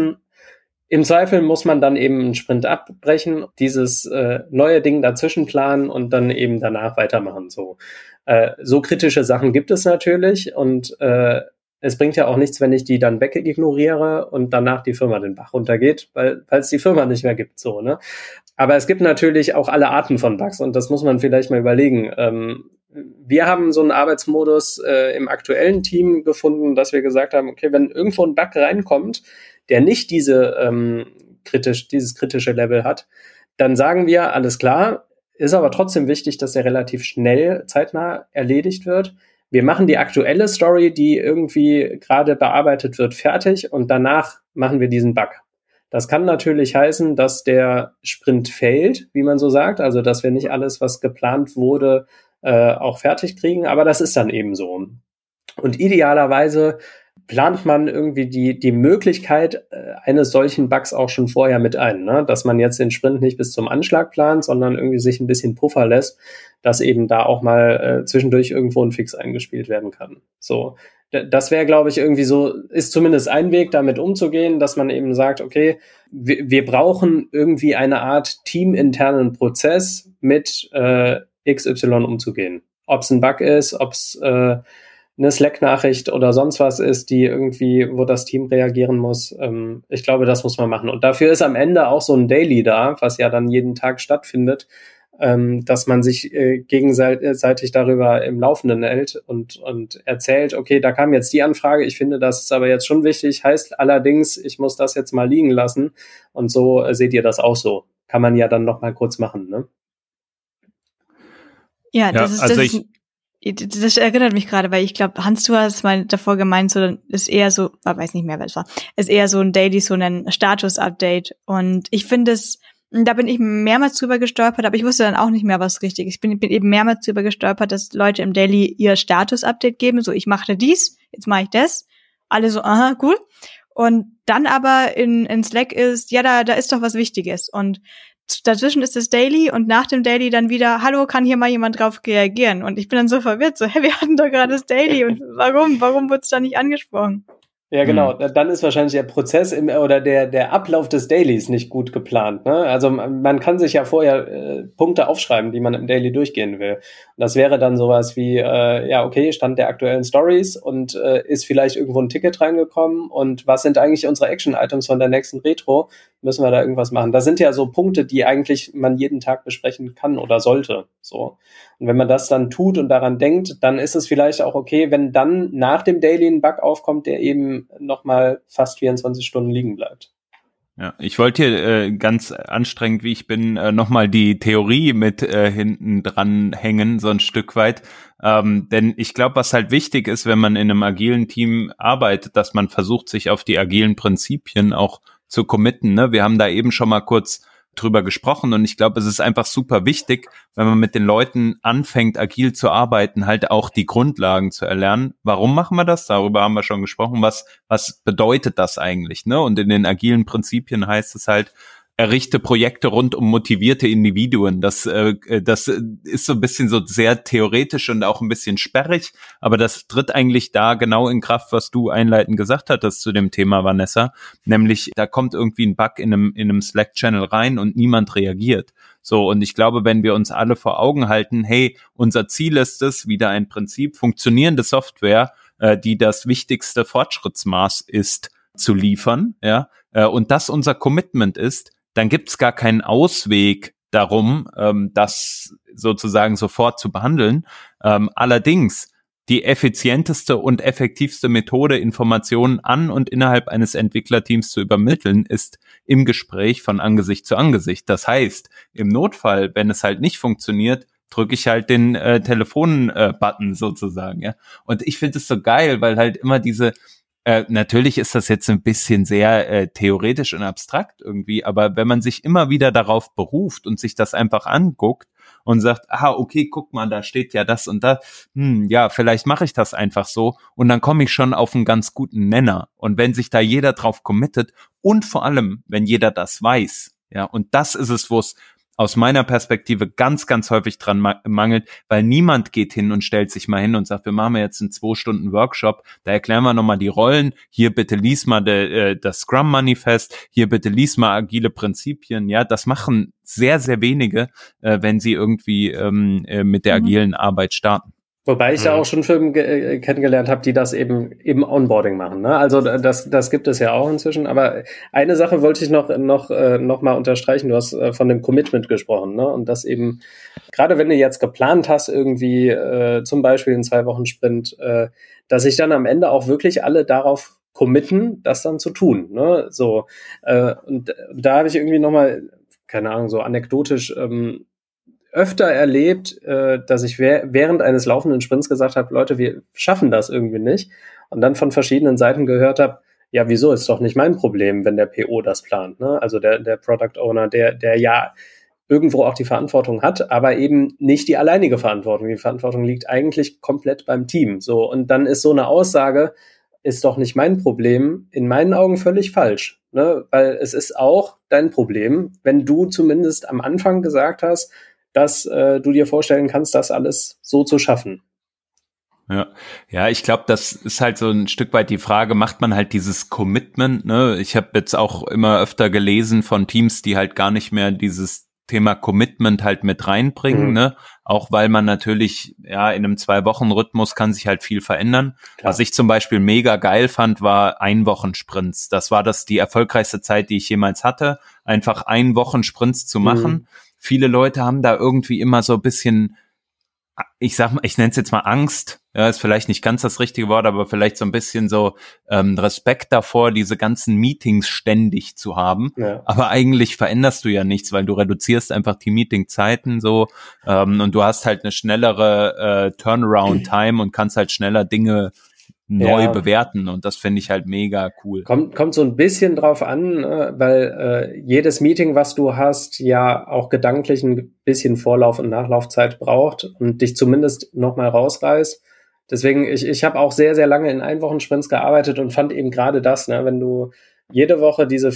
im Zweifel muss man dann eben einen Sprint abbrechen, dieses neue Ding dazwischen planen und dann eben danach weitermachen. So kritische Sachen gibt es natürlich und es bringt ja auch nichts, wenn ich die dann wegignoriere und danach die Firma den Bach runtergeht, weil es die Firma nicht mehr gibt. So, ne? Aber es gibt natürlich auch alle Arten von Bugs und das muss man vielleicht mal überlegen. Wir haben so einen Arbeitsmodus im aktuellen Team gefunden, dass wir gesagt haben, okay, wenn irgendwo ein Bug reinkommt, der nicht dieses kritische Level hat, dann sagen wir, alles klar, ist aber trotzdem wichtig, dass der relativ schnell, zeitnah erledigt wird. Wir machen die aktuelle Story, die irgendwie gerade bearbeitet wird, fertig und danach machen wir diesen Bug. Das kann natürlich heißen, dass der Sprint failt, wie man so sagt, also dass wir nicht alles, was geplant wurde, auch fertig kriegen, aber das ist dann eben so. Und idealerweise plant man irgendwie die Möglichkeit eines solchen Bugs auch schon vorher mit ein, ne? Dass man jetzt den Sprint nicht bis zum Anschlag plant, sondern irgendwie sich ein bisschen Puffer lässt, dass eben da auch mal zwischendurch irgendwo ein Fix eingespielt werden kann. So, das wäre, glaube ich, irgendwie so, ist zumindest ein Weg, damit umzugehen, dass man eben sagt, okay, wir brauchen irgendwie eine Art teaminternen Prozess, mit XY umzugehen. Ob es ein Bug ist, ob es eine Slack-Nachricht oder sonst was ist, die irgendwie, wo das Team reagieren muss. Ich glaube, das muss man machen. Und dafür ist am Ende auch so ein Daily da, was ja dann jeden Tag stattfindet, dass man sich gegenseitig darüber im Laufenden hält und erzählt, okay, da kam jetzt die Anfrage, ich finde, das ist aber jetzt schon wichtig, heißt allerdings, ich muss das jetzt mal liegen lassen. Und so seht ihr das auch so. Kann man ja dann noch mal kurz machen, ne? Ja, das das erinnert mich gerade, weil ich glaube, Hans, du hast mal davor gemeint, so ist eher so, weiß nicht mehr, wer es war, ist eher so ein Daily, so ein Status-Update. Und ich finde es, da bin ich mehrmals drüber gestolpert, aber ich wusste dann auch nicht mehr, was richtig ist. Ich bin eben mehrmals drüber gestolpert, dass Leute im Daily ihr Status-Update geben, so ich mache dies, jetzt mache ich das. Alle so, aha, cool. Und dann aber in Slack ist, ja, da ist doch was Wichtiges. Und dazwischen ist das Daily und nach dem Daily dann wieder, hallo, kann hier mal jemand drauf reagieren? Und ich bin dann so verwirrt, so, wir hatten doch gerade das Daily und warum wurde es da nicht angesprochen? Ja, genau. Dann ist wahrscheinlich der Prozess oder der Ablauf des Dailies nicht gut geplant, ne? Also man kann sich ja vorher Punkte aufschreiben, die man im Daily durchgehen will. Und das wäre dann sowas wie, ja, okay, Stand der aktuellen Stories und ist vielleicht irgendwo ein Ticket reingekommen und was sind eigentlich unsere Action-Items von der nächsten Retro? Müssen wir da irgendwas machen? Das sind ja so Punkte, die eigentlich man jeden Tag besprechen kann oder sollte. So. Und wenn man das dann tut und daran denkt, dann ist es vielleicht auch okay, wenn dann nach dem Daily ein Bug aufkommt, der eben nochmal fast 24 Stunden liegen bleibt. Ja, ich wollte hier ganz anstrengend, wie ich bin, nochmal die Theorie mit hinten dran hängen, so ein Stück weit. Denn ich glaube, was halt wichtig ist, wenn man in einem agilen Team arbeitet, dass man versucht, sich auf die agilen Prinzipien auch zu committen. Ne? Wir haben da eben schon mal kurz drüber gesprochen und ich glaube, es ist einfach super wichtig, wenn man mit den Leuten anfängt, agil zu arbeiten, halt auch die Grundlagen zu erlernen. Warum machen wir das? Darüber haben wir schon gesprochen. Was bedeutet das eigentlich? Ne? Und in den agilen Prinzipien heißt es halt, errichte Projekte rund um motivierte Individuen. Das ist so ein bisschen so sehr theoretisch und auch ein bisschen sperrig, aber das tritt eigentlich da genau in Kraft, was du einleitend gesagt hattest zu dem Thema, Vanessa, nämlich da kommt irgendwie ein Bug in einem Slack-Channel rein und niemand reagiert. So, und ich glaube, wenn wir uns alle vor Augen halten, hey, unser Ziel ist es, wieder ein Prinzip, funktionierende Software, die das wichtigste Fortschrittsmaß ist, zu liefern, ja, und das unser Commitment ist, dann gibt's gar keinen Ausweg darum, das sozusagen sofort zu behandeln. Allerdings die effizienteste und effektivste Methode, Informationen an und innerhalb eines Entwicklerteams zu übermitteln, ist im Gespräch von Angesicht zu Angesicht. Das heißt, im Notfall, wenn es halt nicht funktioniert, drücke ich halt den Telefon-Button sozusagen. Ja. Und ich finde es so geil, weil halt immer diese natürlich ist das jetzt ein bisschen sehr theoretisch und abstrakt irgendwie, aber wenn man sich immer wieder darauf beruft und sich das einfach anguckt und sagt, okay, guck mal, da steht ja das und das, ja, vielleicht mache ich das einfach so und dann komme ich schon auf einen ganz guten Nenner. Und wenn sich da jeder drauf committet und vor allem, wenn jeder das weiß, ja, und das ist es, wo es aus meiner Perspektive ganz, ganz häufig dran mangelt, weil niemand geht hin und stellt sich mal hin und sagt, wir machen jetzt einen 2-Stunden-Workshop, da erklären wir nochmal die Rollen, hier bitte lies mal das Scrum-Manifest, hier bitte lies mal agile Prinzipien, ja, das machen sehr, sehr wenige, wenn sie irgendwie mit der agilen Arbeit starten. Wobei ich da auch schon Firmen kennengelernt habe, die das eben im Onboarding machen. Ne? Also das gibt es ja auch inzwischen. Aber eine Sache wollte ich noch mal unterstreichen. Du hast von dem Commitment gesprochen, ne? Und das eben gerade wenn du jetzt geplant hast irgendwie zum Beispiel einen 2-Wochen-Sprint, dass sich dann am Ende auch wirklich alle darauf committen, das dann zu tun. Ne? So und da habe ich irgendwie noch mal, keine Ahnung, so anekdotisch öfter erlebt, dass ich während eines laufenden Sprints gesagt habe, Leute, wir schaffen das irgendwie nicht. Und dann von verschiedenen Seiten gehört habe, ja, wieso, ist doch nicht mein Problem, wenn der PO das plant. Ne? Also der Product Owner, der ja irgendwo auch die Verantwortung hat, aber eben nicht die alleinige Verantwortung. Die Verantwortung liegt eigentlich komplett beim Team. So, und dann ist so eine Aussage, ist doch nicht mein Problem, in meinen Augen völlig falsch. Ne? Weil es ist auch dein Problem, wenn du zumindest am Anfang gesagt hast, dass du dir vorstellen kannst, das alles so zu schaffen. Ja, ich glaube, das ist halt so ein Stück weit die Frage, macht man halt dieses Commitment, ne? Ich habe jetzt auch immer öfter gelesen von Teams, die halt gar nicht mehr dieses Thema Commitment halt mit reinbringen, ne? Auch weil man natürlich, ja, in einem 2-Wochen-Rhythmus kann sich halt viel verändern. Klar. Was ich zum Beispiel mega geil fand, war 1-Wochen-Sprints. Das war die erfolgreichste Zeit, die ich jemals hatte, einfach 1-Wochen-Sprints zu machen. Viele Leute haben da irgendwie immer so ein bisschen, ich nenne es jetzt mal Angst, ja, ist vielleicht nicht ganz das richtige Wort, aber vielleicht so ein bisschen so Respekt davor, diese ganzen Meetings ständig zu haben. Ja. Aber eigentlich veränderst du ja nichts, weil du reduzierst einfach die Meetingzeiten so und du hast halt eine schnellere Turnaround-Time und kannst halt schneller Dinge neu bewerten und das finde ich halt mega cool. Kommt so ein bisschen drauf an, weil jedes Meeting, was du hast, ja auch gedanklich ein bisschen Vorlauf- und Nachlaufzeit braucht und dich zumindest nochmal rausreißt. Deswegen, ich habe auch sehr, sehr lange in 1-Wochen-Sprints gearbeitet und fand eben gerade das, ne, wenn du jede Woche diese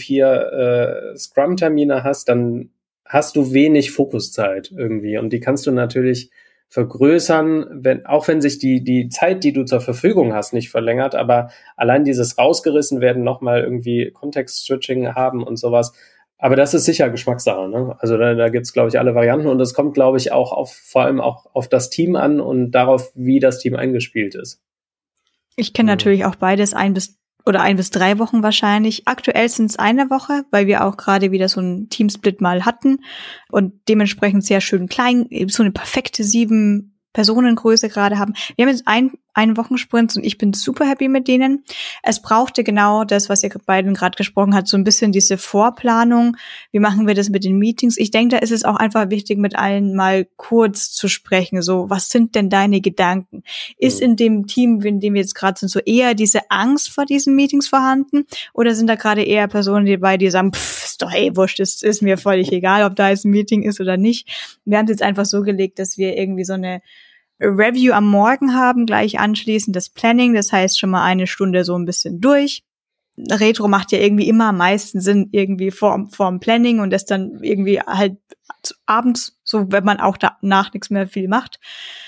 4 Scrum-Termine hast, dann hast du wenig Fokuszeit irgendwie und die kannst du natürlich vergrößern, wenn sich die Zeit, die du zur Verfügung hast, nicht verlängert, aber allein dieses rausgerissen werden, nochmal irgendwie Kontext-Switching haben und sowas. Aber das ist sicher Geschmackssache, ne? Also da gibt's, glaube ich, alle Varianten und es kommt, glaube ich, auch vor allem auch auf das Team an und darauf, wie das Team eingespielt ist. Ich kenne natürlich auch beides, 1 bis 3 Wochen wahrscheinlich. Aktuell sind es 1 Woche, weil wir auch gerade wieder so einen Teamsplit mal hatten und dementsprechend sehr schön klein, so eine perfekte 7-Personen-Größe gerade haben. Wir haben jetzt 1-Wochen-Sprints und ich bin super happy mit denen. Es brauchte genau das, was ihr beiden gerade gesprochen habt, so ein bisschen diese Vorplanung. Wie machen wir das mit den Meetings? Ich denke, da ist es auch einfach wichtig, mit allen mal kurz zu sprechen. So, was sind denn deine Gedanken? Ist in dem Team, in dem wir jetzt gerade sind, so eher diese Angst vor diesen Meetings vorhanden? Oder sind da gerade eher Personen dabei, die sagen, ist doch wurscht, ist mir völlig egal, ob da jetzt ein Meeting ist oder nicht. Wir haben es jetzt einfach so gelegt, dass wir irgendwie so eine Review am Morgen haben, gleich anschließend das Planning, das heißt schon mal 1 Stunde so ein bisschen durch. Retro macht ja irgendwie immer am meisten Sinn irgendwie vorm Planning und das dann irgendwie halt abends, so wenn man auch danach nichts mehr viel macht.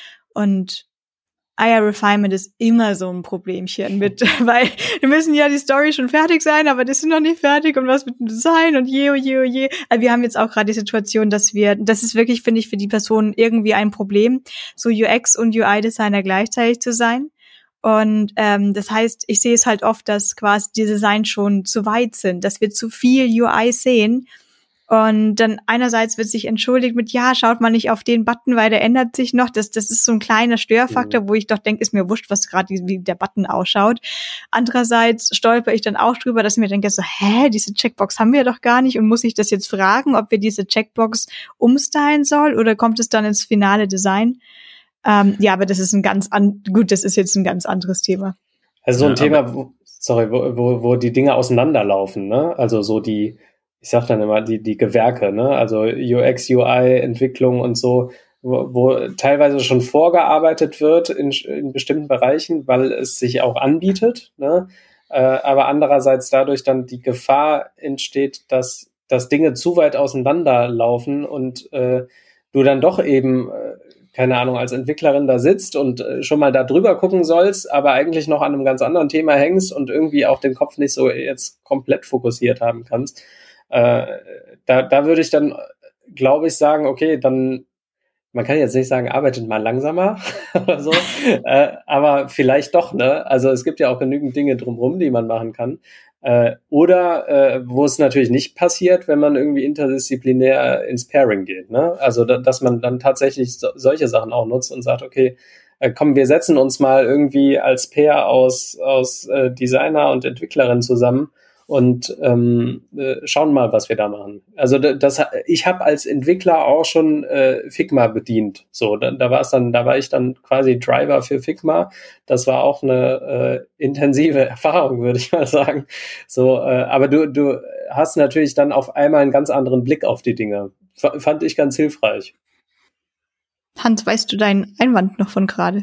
Und Refinement ist immer so ein Problemchen mit, weil wir müssen ja die Story schon fertig sein, aber das ist noch nicht fertig und was mit dem Design und je. Also wir haben jetzt auch gerade die Situation, das ist wirklich, finde ich, für die Personen irgendwie ein Problem, so UX und UI-Designer gleichzeitig zu sein. Und das heißt, ich sehe es halt oft, dass quasi die Designs schon zu weit sind, dass wir zu viel UI sehen. Und dann einerseits wird sich entschuldigt mit, ja, schaut mal nicht auf den Button, weil der ändert sich noch. Das ist so ein kleiner Störfaktor, wo ich doch denke, ist mir wurscht, was gerade wie der Button ausschaut. Andererseits stolper ich dann auch drüber, dass ich mir denke, so, diese Checkbox haben wir doch gar nicht und muss ich das jetzt fragen, ob wir diese Checkbox umstylen soll oder kommt es dann ins finale Design? Ja, aber das ist das ist jetzt ein ganz anderes Thema. Also so ein Thema, wo die Dinge auseinanderlaufen, ne? Also so ich sag dann immer, die Gewerke, ne? Also UX, UI, Entwicklung und so, wo teilweise schon vorgearbeitet wird in bestimmten Bereichen, weil es sich auch anbietet, ne? Aber andererseits dadurch dann die Gefahr entsteht, dass Dinge zu weit auseinanderlaufen und du dann doch eben, keine Ahnung, als Entwicklerin da sitzt und schon mal da drüber gucken sollst, aber eigentlich noch an einem ganz anderen Thema hängst und irgendwie auch den Kopf nicht so jetzt komplett fokussiert haben kannst. Da würde ich dann, glaube ich, sagen, okay, dann, man kann jetzt nicht sagen, arbeitet mal langsamer oder so, aber vielleicht doch, ne? Also es gibt ja auch genügend Dinge drumherum, die man machen kann. Oder wo es natürlich nicht passiert, wenn man irgendwie interdisziplinär ins Pairing geht, ne? Also dass man dann tatsächlich solche Sachen auch nutzt und sagt, okay, komm, wir setzen uns mal irgendwie als Pair aus Designer und Entwicklerin zusammen und schauen mal, was wir da machen. Also ich habe als Entwickler auch schon Figma bedient. So, da war ich dann quasi Driver für Figma. Das war auch eine intensive Erfahrung, würde ich mal sagen. So, aber du hast natürlich dann auf einmal einen ganz anderen Blick auf die Dinge. fand ich ganz hilfreich. Hans, weißt du deinen Einwand noch von gerade?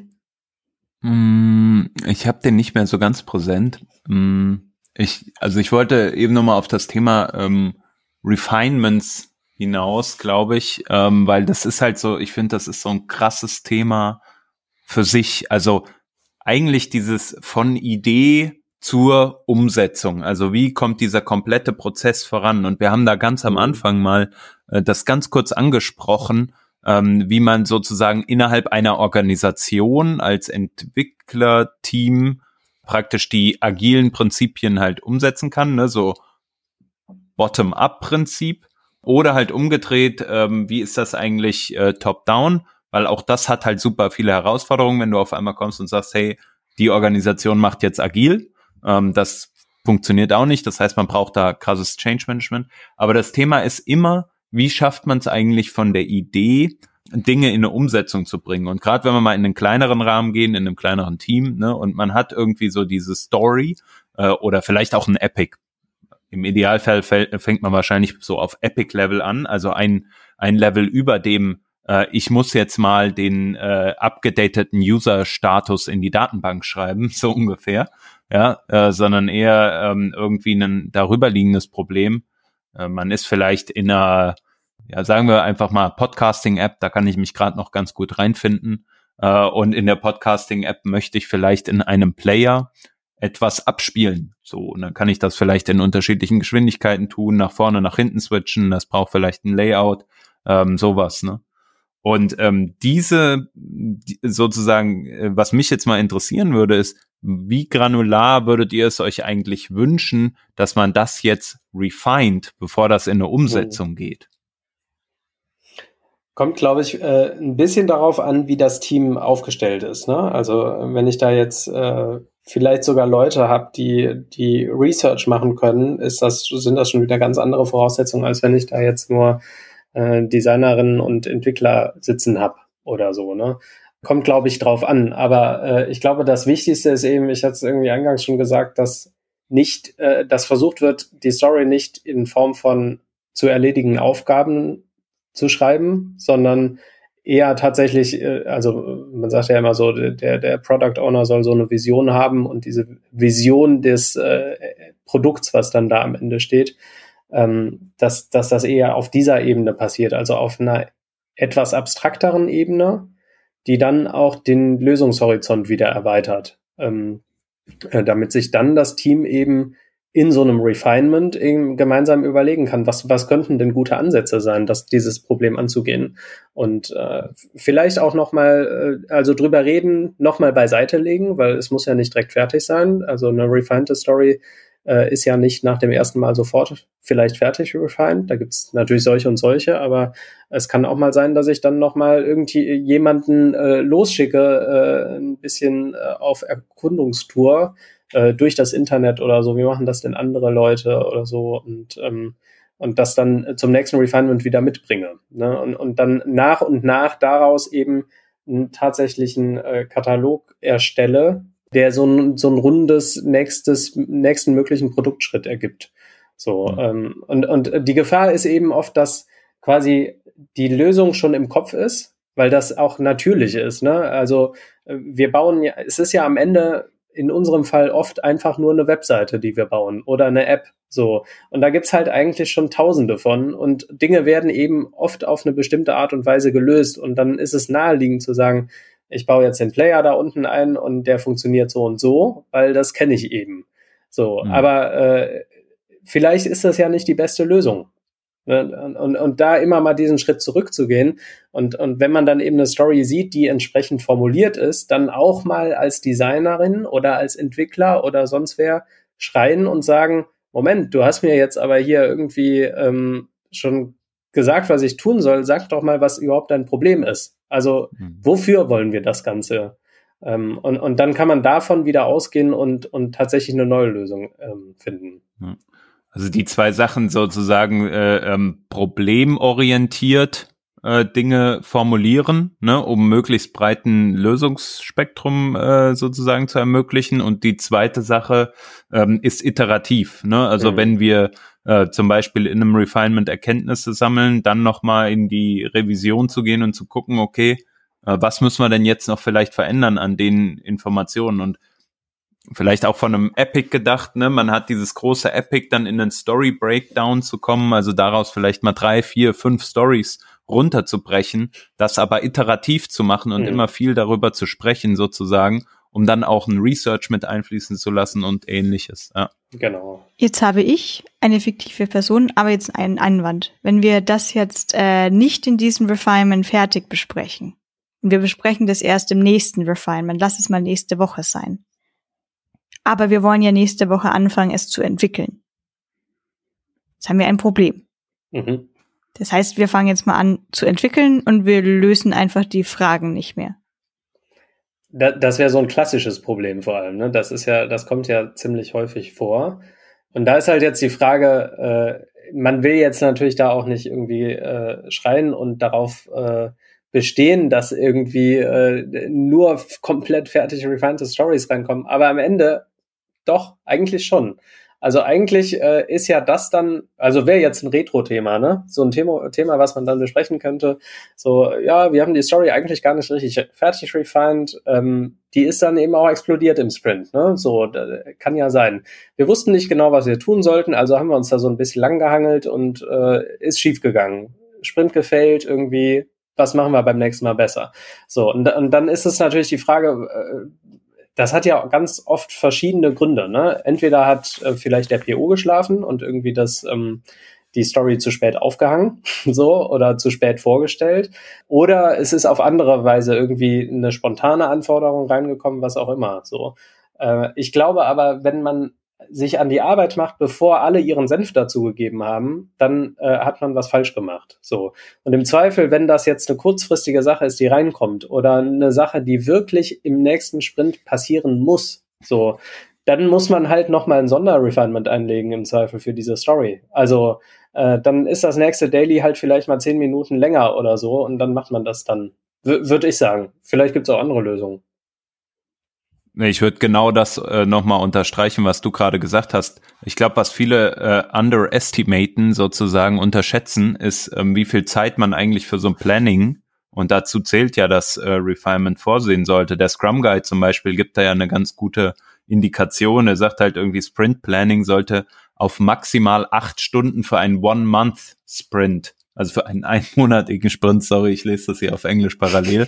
Ich habe den nicht mehr so ganz präsent. Ich wollte eben nochmal auf das Thema Refinements hinaus, glaube ich, weil das ist halt so, ich finde, das ist so ein krasses Thema für sich. Also eigentlich dieses von Idee zur Umsetzung. Also wie kommt dieser komplette Prozess voran? Und wir haben da ganz am Anfang mal das ganz kurz angesprochen, wie man sozusagen innerhalb einer Organisation als Entwicklerteam praktisch die agilen Prinzipien halt umsetzen kann, ne? So Bottom-up-Prinzip oder halt umgedreht, wie ist das eigentlich top-down? Weil auch das hat halt super viele Herausforderungen, wenn du auf einmal kommst und sagst, hey, die Organisation macht jetzt agil. Das funktioniert auch nicht. Das heißt, man braucht da krasses Change-Management. Aber das Thema ist immer, wie schafft man es eigentlich von der Idee, Dinge in eine Umsetzung zu bringen? Und gerade wenn wir mal in einen kleineren Rahmen gehen, in einem kleineren Team, ne, und man hat irgendwie so diese Story oder vielleicht auch ein Epic. Im Idealfall fängt man wahrscheinlich so auf Epic-Level an, also ein Level über dem ich muss jetzt mal den abgedateten User-Status in die Datenbank schreiben, so ungefähr, ja, sondern eher irgendwie ein darüber liegendes Problem. Man ist vielleicht in einer, ja, sagen wir einfach mal Podcasting-App, da kann ich mich gerade noch ganz gut reinfinden, und in der Podcasting-App möchte ich vielleicht in einem Player etwas abspielen, so, und dann kann ich das vielleicht in unterschiedlichen Geschwindigkeiten tun, nach vorne, nach hinten switchen, das braucht vielleicht ein Layout, sowas, ne? Und sozusagen, was mich jetzt mal interessieren würde, ist, wie granular würdet ihr es euch eigentlich wünschen, dass man das jetzt refined, bevor das in eine Umsetzung geht? Kommt, glaube ich, ein bisschen darauf an, wie das Team aufgestellt ist, ne? Also wenn ich da jetzt vielleicht sogar Leute habe, die Research machen können, sind das schon wieder ganz andere Voraussetzungen, als wenn ich da jetzt nur Designerinnen und Entwickler sitzen habe oder so, ne? Kommt, glaube ich, drauf an. Aber ich glaube, das Wichtigste ist eben, ich hatte es irgendwie eingangs schon gesagt, dass dass versucht wird, die Story nicht in Form von zu erledigen Aufgaben zu schreiben, sondern eher tatsächlich, also man sagt ja immer so, der Product Owner soll so eine Vision haben und diese Vision des Produkts, was dann da am Ende steht, dass das eher auf dieser Ebene passiert, also auf einer etwas abstrakteren Ebene, die dann auch den Lösungshorizont wieder erweitert, damit sich dann das Team eben in so einem Refinement eben gemeinsam überlegen kann, was könnten denn gute Ansätze sein, dieses Problem anzugehen, und vielleicht auch nochmal, also drüber reden, nochmal beiseite legen, weil es muss ja nicht direkt fertig sein, also eine refined Story ist ja nicht nach dem ersten Mal sofort vielleicht fertig refined. Da gibt's natürlich solche und solche, aber es kann auch mal sein, dass ich dann nochmal irgendwie jemanden losschicke, ein bisschen auf Erkundungstour durch das Internet oder so. Wie machen das denn andere Leute oder so? Und das dann zum nächsten Refinement wieder mitbringe. Ne? Und dann nach und nach daraus eben einen tatsächlichen Katalog erstelle, der so ein rundes nächsten möglichen Produktschritt ergibt. So, und die Gefahr ist eben oft, dass quasi die Lösung schon im Kopf ist, weil das auch natürlich ist, ne? Also wir bauen ja, es ist ja am Ende in unserem Fall oft einfach nur eine Webseite, die wir bauen, oder eine App, so. Und da gibt's halt eigentlich schon Tausende von, und Dinge werden eben oft auf eine bestimmte Art und Weise gelöst, und dann ist es naheliegend zu sagen, ich baue jetzt den Player da unten ein und der funktioniert so und so, weil das kenne ich eben. So, aber vielleicht ist das ja nicht die beste Lösung. Und da immer mal diesen Schritt zurückzugehen und wenn man dann eben eine Story sieht, die entsprechend formuliert ist, dann auch mal als Designerin oder als Entwickler oder sonst wer schreien und sagen, Moment, du hast mir jetzt aber hier irgendwie schon gesagt, was ich tun soll, sag doch mal, was überhaupt dein Problem ist. Also wofür wollen wir das Ganze? Und dann kann man davon wieder ausgehen und tatsächlich eine neue Lösung finden. Also die zwei Sachen sozusagen problemorientiert Dinge formulieren, ne, um möglichst breiten Lösungsspektrum sozusagen zu ermöglichen. Und die zweite Sache ist iterativ. Ne? Also wenn wir zum Beispiel in einem Refinement Erkenntnisse sammeln, dann nochmal in die Revision zu gehen und zu gucken, okay, was müssen wir denn jetzt noch vielleicht verändern an den Informationen? Und vielleicht auch von einem Epic gedacht, ne? Man hat dieses große Epic, dann in einen Story-Breakdown zu kommen, also daraus vielleicht mal 3, 4, 5 Stories runterzubrechen, das aber iterativ zu machen und immer viel darüber zu sprechen sozusagen, um dann auch ein Research mit einfließen zu lassen und ähnliches. Ja. Genau. Jetzt habe ich eine fiktive Person, aber jetzt einen Einwand. Wenn wir das jetzt nicht in diesem Refinement fertig besprechen und wir besprechen das erst im nächsten Refinement, lass es mal nächste Woche sein. Aber wir wollen ja nächste Woche anfangen, es zu entwickeln. Jetzt haben wir ein Problem. Mhm. Das heißt, wir fangen jetzt mal an zu entwickeln und wir lösen einfach die Fragen nicht mehr. Das wäre so ein klassisches Problem vor allem, ne? Das kommt ja ziemlich häufig vor. Und da ist halt jetzt die Frage, man will jetzt natürlich da auch nicht irgendwie schreien und darauf bestehen, dass irgendwie nur komplett fertig refined Stories reinkommen. Aber am Ende doch, eigentlich schon. Also eigentlich ist ja das dann, also wäre jetzt ein Retro-Thema, ne? So ein Thema, was man dann besprechen könnte. So, ja, wir haben die Story eigentlich gar nicht richtig fertig refined. Die ist dann eben auch explodiert im Sprint, ne? So, kann ja sein. Wir wussten nicht genau, was wir tun sollten, also haben wir uns da so ein bisschen lang gehangelt und ist schief gegangen. Sprint gefailt irgendwie. Was machen wir beim nächsten Mal besser? So, und dann ist es natürlich die Frage, das hat ja ganz oft verschiedene Gründe, ne? Entweder hat vielleicht der PO geschlafen und irgendwie die Story zu spät aufgehangen, so, oder zu spät vorgestellt. Oder es ist auf andere Weise irgendwie eine spontane Anforderung reingekommen, was auch immer, so. Ich glaube aber, wenn man sich an die Arbeit macht, bevor alle ihren Senf dazu gegeben haben, dann hat man was falsch gemacht. So. Und im Zweifel, wenn das jetzt eine kurzfristige Sache ist, die reinkommt, oder eine Sache, die wirklich im nächsten Sprint passieren muss, so, dann muss man halt nochmal ein Sonderrefinement einlegen im Zweifel für diese Story. Also dann ist das nächste Daily halt vielleicht mal 10 Minuten länger oder so und dann macht man das dann, würde ich sagen. Vielleicht gibt es auch andere Lösungen. Ich würde genau das nochmal unterstreichen, was du gerade gesagt hast. Ich glaube, was viele underestimaten, sozusagen unterschätzen, ist, wie viel Zeit man eigentlich für so ein Planning, und dazu zählt ja das Refinement, vorsehen sollte. Der Scrum Guide zum Beispiel gibt da ja eine ganz gute Indikation. Er sagt halt irgendwie, Sprint Planning sollte auf maximal 8 Stunden für einen One-Month-Sprint, also für einen einmonatigen Sprint, sorry, ich lese das hier auf Englisch parallel,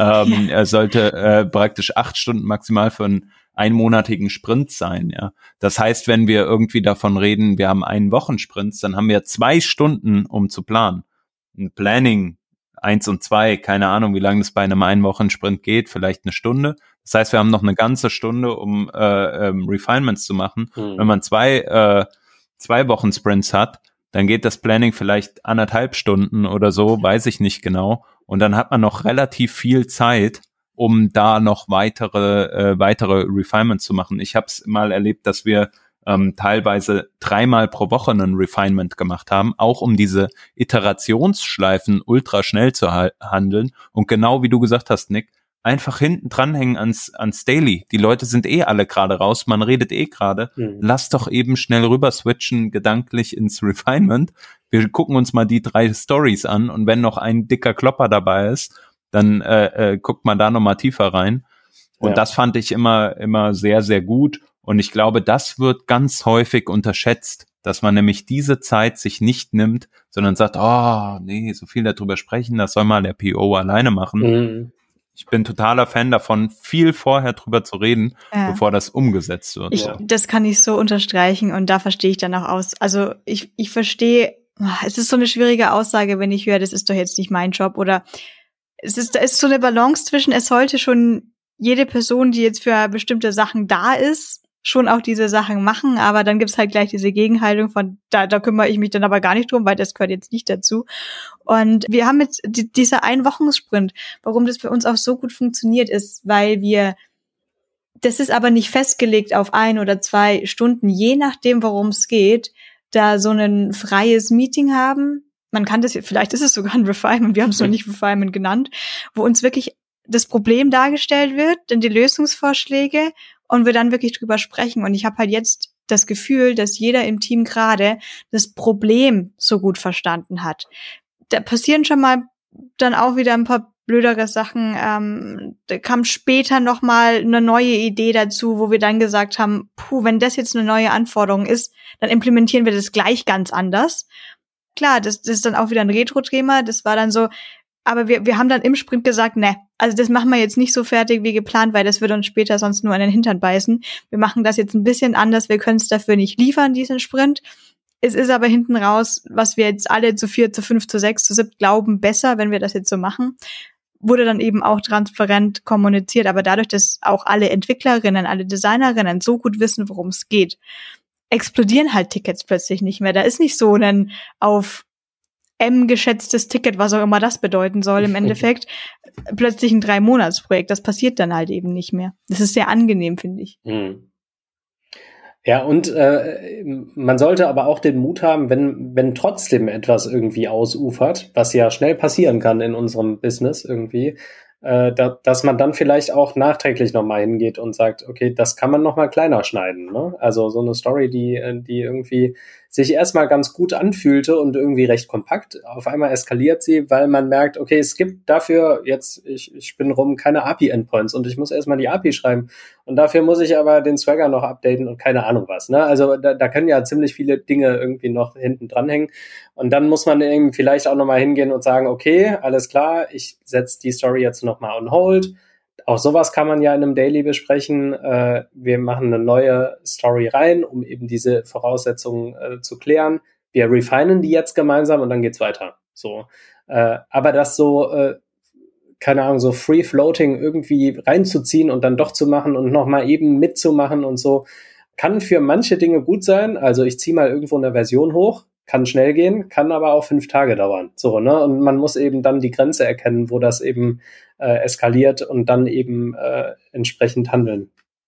er sollte praktisch 8 Stunden maximal für einen einmonatigen Sprint sein, ja. Das heißt, wenn wir irgendwie davon reden, wir haben einen Wochensprint, dann haben wir 2 Stunden, um zu planen. Ein Planning 1 und 2, keine Ahnung, wie lange das bei einem Einwochensprint geht, vielleicht eine Stunde. Das heißt, wir haben noch eine ganze Stunde, um Refinements zu machen. Wenn man 2 Wochen-Sprints hat, dann geht das Planning vielleicht 1,5 Stunden oder so, weiß ich nicht genau. Und dann hat man noch relativ viel Zeit, um da noch weitere Refinements zu machen. Ich habe es mal erlebt, dass wir teilweise 3-mal pro Woche ein Refinement gemacht haben, auch um diese Iterationsschleifen ultra schnell zu handeln. Und genau wie du gesagt hast, Nick, einfach hinten dranhängen ans Daily. Die Leute sind alle gerade raus, man redet gerade. Lass doch eben schnell rüber switchen, gedanklich ins Refinement. Wir gucken uns mal die 3 Stories an und wenn noch ein dicker Klopper dabei ist, dann guckt man da nochmal tiefer rein. Und das fand ich immer sehr, sehr gut. Und ich glaube, das wird ganz häufig unterschätzt, dass man nämlich diese Zeit sich nicht nimmt, sondern sagt, oh, nee, so viel darüber sprechen, das soll mal der PO alleine machen. Ich bin totaler Fan davon, viel vorher drüber zu reden, bevor das umgesetzt wird. Das kann ich so unterstreichen und da verstehe ich dann auch aus. Also ich verstehe, es ist so eine schwierige Aussage, wenn ich höre, das ist doch jetzt nicht mein Job oder da ist so eine Balance zwischen, es sollte schon jede Person, die jetzt für bestimmte Sachen da ist, schon auch diese Sachen machen, aber dann gibt's halt gleich diese Gegenhaltung von, da kümmere ich mich dann aber gar nicht drum, weil das gehört jetzt nicht dazu. Und wir haben jetzt dieser Ein-Wochen-Sprint, warum das bei uns auch so gut funktioniert ist, weil das ist aber nicht festgelegt auf 1 oder 2 Stunden, je nachdem, worum es geht, da so ein freies Meeting haben, man kann das, vielleicht ist es sogar ein Refinement, wir haben es noch nicht Refinement genannt, wo uns wirklich das Problem dargestellt wird, dann die Lösungsvorschläge und wir dann wirklich drüber sprechen. Und ich habe halt jetzt das Gefühl, dass jeder im Team gerade das Problem so gut verstanden hat. Da passieren schon mal dann auch wieder ein paar blödere Sachen. Da kam später noch mal eine neue Idee dazu, wo wir dann gesagt haben, wenn das jetzt eine neue Anforderung ist, dann implementieren wir das gleich ganz anders. Klar, das ist dann auch wieder ein Retro-Thema. Das war dann so, aber wir haben dann im Sprint gesagt, ne, also das machen wir jetzt nicht so fertig wie geplant, weil das wird uns später sonst nur an den Hintern beißen. Wir machen das jetzt ein bisschen anders, wir können es dafür nicht liefern, diesen Sprint. Es ist aber hinten raus, was wir jetzt alle zu 4, zu 5, zu 6, zu 7 glauben, besser, wenn wir das jetzt so machen. Wurde dann eben auch transparent kommuniziert, aber dadurch, dass auch alle Entwicklerinnen, alle Designerinnen so gut wissen, worum es geht, explodieren halt Tickets plötzlich nicht mehr. Da ist nicht so ein auf M geschätztes Ticket, was auch immer das bedeuten soll im Endeffekt, plötzlich ein 3-Monats-Projekt. Das passiert dann halt eben nicht mehr. Das ist sehr angenehm, finde ich. Ja, und man sollte aber auch den Mut haben, wenn trotzdem etwas irgendwie ausufert, was ja schnell passieren kann in unserem Business irgendwie, dass man dann vielleicht auch nachträglich nochmal hingeht und sagt, okay, das kann man nochmal kleiner schneiden, ne? Also so eine Story, die irgendwie sich erstmal ganz gut anfühlte und irgendwie recht kompakt, auf einmal eskaliert sie, weil man merkt, okay, es gibt dafür jetzt, ich spinne rum, keine API-Endpoints und ich muss erstmal die API schreiben und dafür muss ich aber den Swagger noch updaten und keine Ahnung was, ne? Also da können ja ziemlich viele Dinge irgendwie noch hinten dranhängen und dann muss man eben vielleicht auch nochmal hingehen und sagen, okay, alles klar, ich setze die Story jetzt nochmal on hold. Auch sowas kann man ja in einem Daily besprechen. Wir machen eine neue Story rein, um eben diese Voraussetzungen zu klären. Wir refinen die jetzt gemeinsam und dann geht's weiter. So, aber das so, keine Ahnung, so free-floating irgendwie reinzuziehen und dann doch zu machen und nochmal eben mitzumachen und so, kann für manche Dinge gut sein. Also ich ziehe mal irgendwo eine Version hoch, kann schnell gehen, kann aber auch 5 Tage dauern. So, ne? Und man muss eben dann die Grenze erkennen, wo das eben eskaliert und dann eben entsprechend handeln.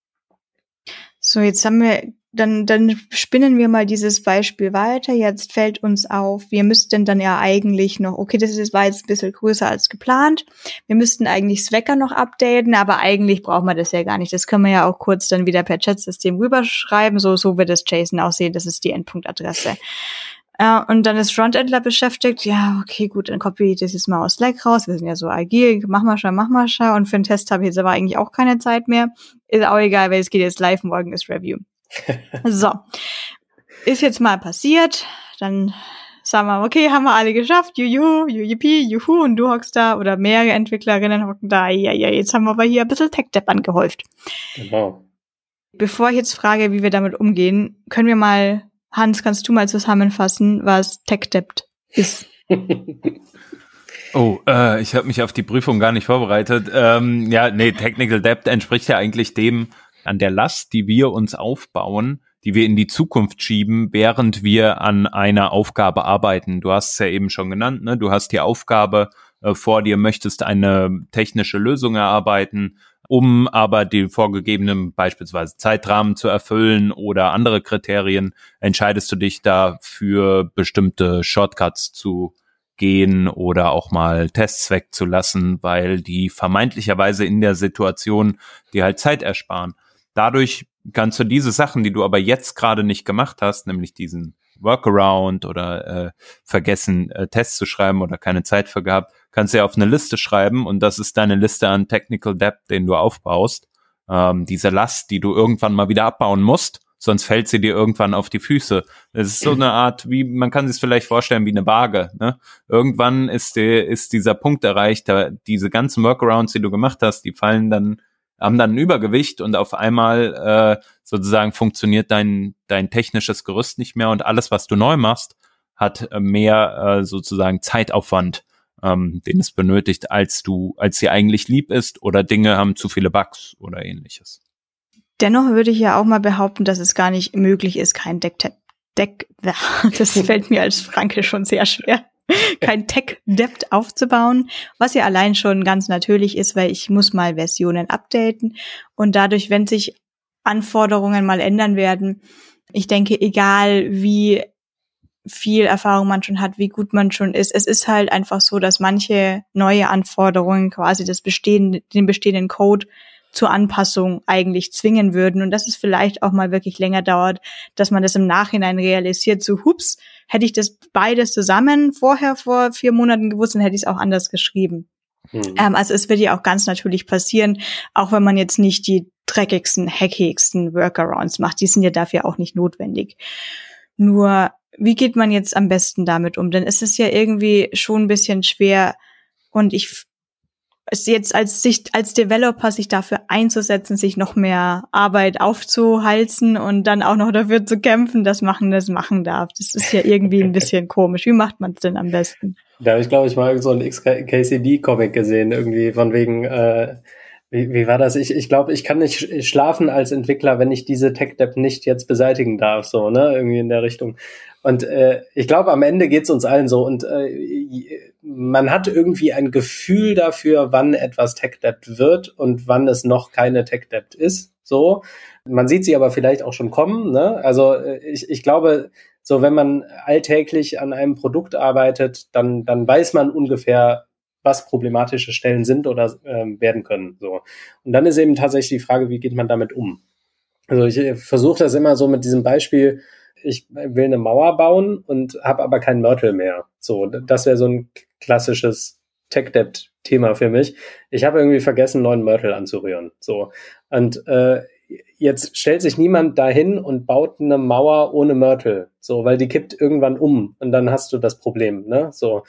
So, jetzt haben wir, dann spinnen wir mal dieses Beispiel weiter. Jetzt fällt uns auf, wir müssten dann ja eigentlich noch, okay, war jetzt ein bisschen größer als geplant. Wir müssten eigentlich Swagger noch updaten, aber eigentlich brauchen wir das ja gar nicht. Das können wir ja auch kurz dann wieder per Chatsystem rüberschreiben. So wird das JSON aussehen. Das ist die Endpunktadresse. Und dann ist Frontendler beschäftigt, ja, okay, gut, dann kopiere ich das jetzt mal aus Slack raus, wir sind ja so agil, mach mal schon, und für den Test habe ich jetzt aber eigentlich auch keine Zeit mehr, ist auch egal, weil es geht jetzt live, morgen ist Review. So, ist jetzt mal passiert, dann sagen wir, okay, haben wir alle geschafft, juhu, und du hockst da, oder mehrere Entwicklerinnen hocken da, ja, jetzt haben wir aber hier ein bisschen Tech-Debt angehäuft. Genau. Bevor ich jetzt frage, wie wir damit umgehen, können wir mal, Hans, kannst du mal zusammenfassen, was Tech-Debt ist? Oh, ich habe mich auf die Prüfung gar nicht vorbereitet. Technical Debt entspricht ja eigentlich dem an der Last, die wir uns aufbauen, die wir in die Zukunft schieben, während wir an einer Aufgabe arbeiten. Du hast es ja eben schon genannt, ne? Du hast die Aufgabe vor dir, möchtest eine technische Lösung erarbeiten, um aber den vorgegebenen beispielsweise Zeitrahmen zu erfüllen oder andere Kriterien, entscheidest du dich da für bestimmte Shortcuts zu gehen oder auch mal Tests wegzulassen, weil die vermeintlicherweise in der Situation dir halt Zeit ersparen. Dadurch kannst du diese Sachen, die du aber jetzt gerade nicht gemacht hast, nämlich diesen Workaround oder vergessen, Tests zu schreiben oder keine Zeit für gehabt, kannst du ja auf eine Liste schreiben und das ist deine Liste an Technical Debt, den du aufbaust. Diese Last, die du irgendwann mal wieder abbauen musst, sonst fällt sie dir irgendwann auf die Füße. Es ist so eine Art, wie man kann sich es vielleicht vorstellen wie eine Waage. Ne? Irgendwann ist dieser Punkt erreicht, da diese ganzen Workarounds, die du gemacht hast, die haben dann ein Übergewicht und auf einmal sozusagen funktioniert dein technisches Gerüst nicht mehr und alles, was du neu machst, hat mehr sozusagen Zeitaufwand, den es benötigt, als sie eigentlich lieb ist, oder Dinge haben zu viele Bugs oder ähnliches. Dennoch würde ich ja auch mal behaupten, dass es gar nicht möglich ist, kein das fällt mir als Franke schon sehr schwer, kein Tech-Debt aufzubauen, was ja allein schon ganz natürlich ist, weil ich muss mal Versionen updaten und dadurch, wenn sich Anforderungen mal ändern werden, ich denke, egal wie viel Erfahrung man schon hat, wie gut man schon ist. Es ist halt einfach so, dass manche neue Anforderungen quasi den bestehenden Code zur Anpassung eigentlich zwingen würden und dass es vielleicht auch mal wirklich länger dauert, dass man das im Nachhinein realisiert, so hups, hätte ich das beides zusammen vorher vor 4 Monaten gewusst, dann hätte ich es auch anders geschrieben. Also es wird ja auch ganz natürlich passieren, auch wenn man jetzt nicht die dreckigsten, hackigsten Workarounds macht, die sind ja dafür auch nicht notwendig. Nur, wie geht man jetzt am besten damit um? Denn es ist ja irgendwie schon ein bisschen schwer und es jetzt als Developer sich dafür einzusetzen, sich noch mehr Arbeit aufzuhalsen und dann auch noch dafür zu kämpfen, dass man das machen darf. Das ist ja irgendwie ein bisschen komisch. Wie macht man es denn am besten? Da habe ich, glaube ich, mal so einen XKCD-Comic gesehen, irgendwie von wegen, wie war das? Ich glaube, ich kann nicht schlafen als Entwickler, wenn ich diese Tech-Debt nicht jetzt beseitigen darf, so, ne, irgendwie in der Richtung. Und ich glaube, am Ende geht's uns allen so und man hat irgendwie ein Gefühl dafür, wann etwas Tech-Debt wird und wann es noch keine Tech-Debt ist, so. Man sieht sie aber vielleicht auch schon kommen, ne? Also ich glaube, so wenn man alltäglich an einem Produkt arbeitet, dann weiß man ungefähr, was problematische Stellen sind oder werden können. So. Und dann ist eben tatsächlich die Frage, wie geht man damit um? Also ich versuche das immer so mit diesem Beispiel, ich will eine Mauer bauen und habe aber keinen Mörtel mehr. So, das wäre so ein klassisches Tech-Debt-Thema für mich. Ich habe irgendwie vergessen, einen neuen Mörtel anzurühren. So. Und jetzt stellt sich niemand dahin und baut eine Mauer ohne Mörtel. So, weil die kippt irgendwann um und dann hast du das Problem, ne? So.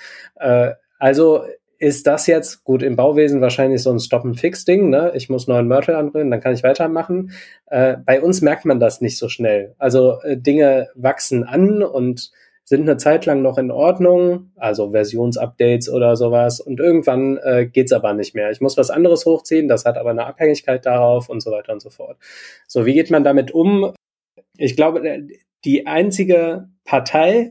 Also ist das jetzt, gut, im Bauwesen wahrscheinlich so ein Stop-and-Fix-Ding, ne? Ich muss neuen Mörtel anrühren, dann kann ich weitermachen. Bei uns merkt man das nicht so schnell. Also Dinge wachsen an und sind eine Zeit lang noch in Ordnung, also Versionsupdates oder sowas. Und irgendwann geht's aber nicht mehr. Ich muss was anderes hochziehen, das hat aber eine Abhängigkeit darauf und so weiter und so fort. So, wie geht man damit um? Ich glaube, die einzige Partei,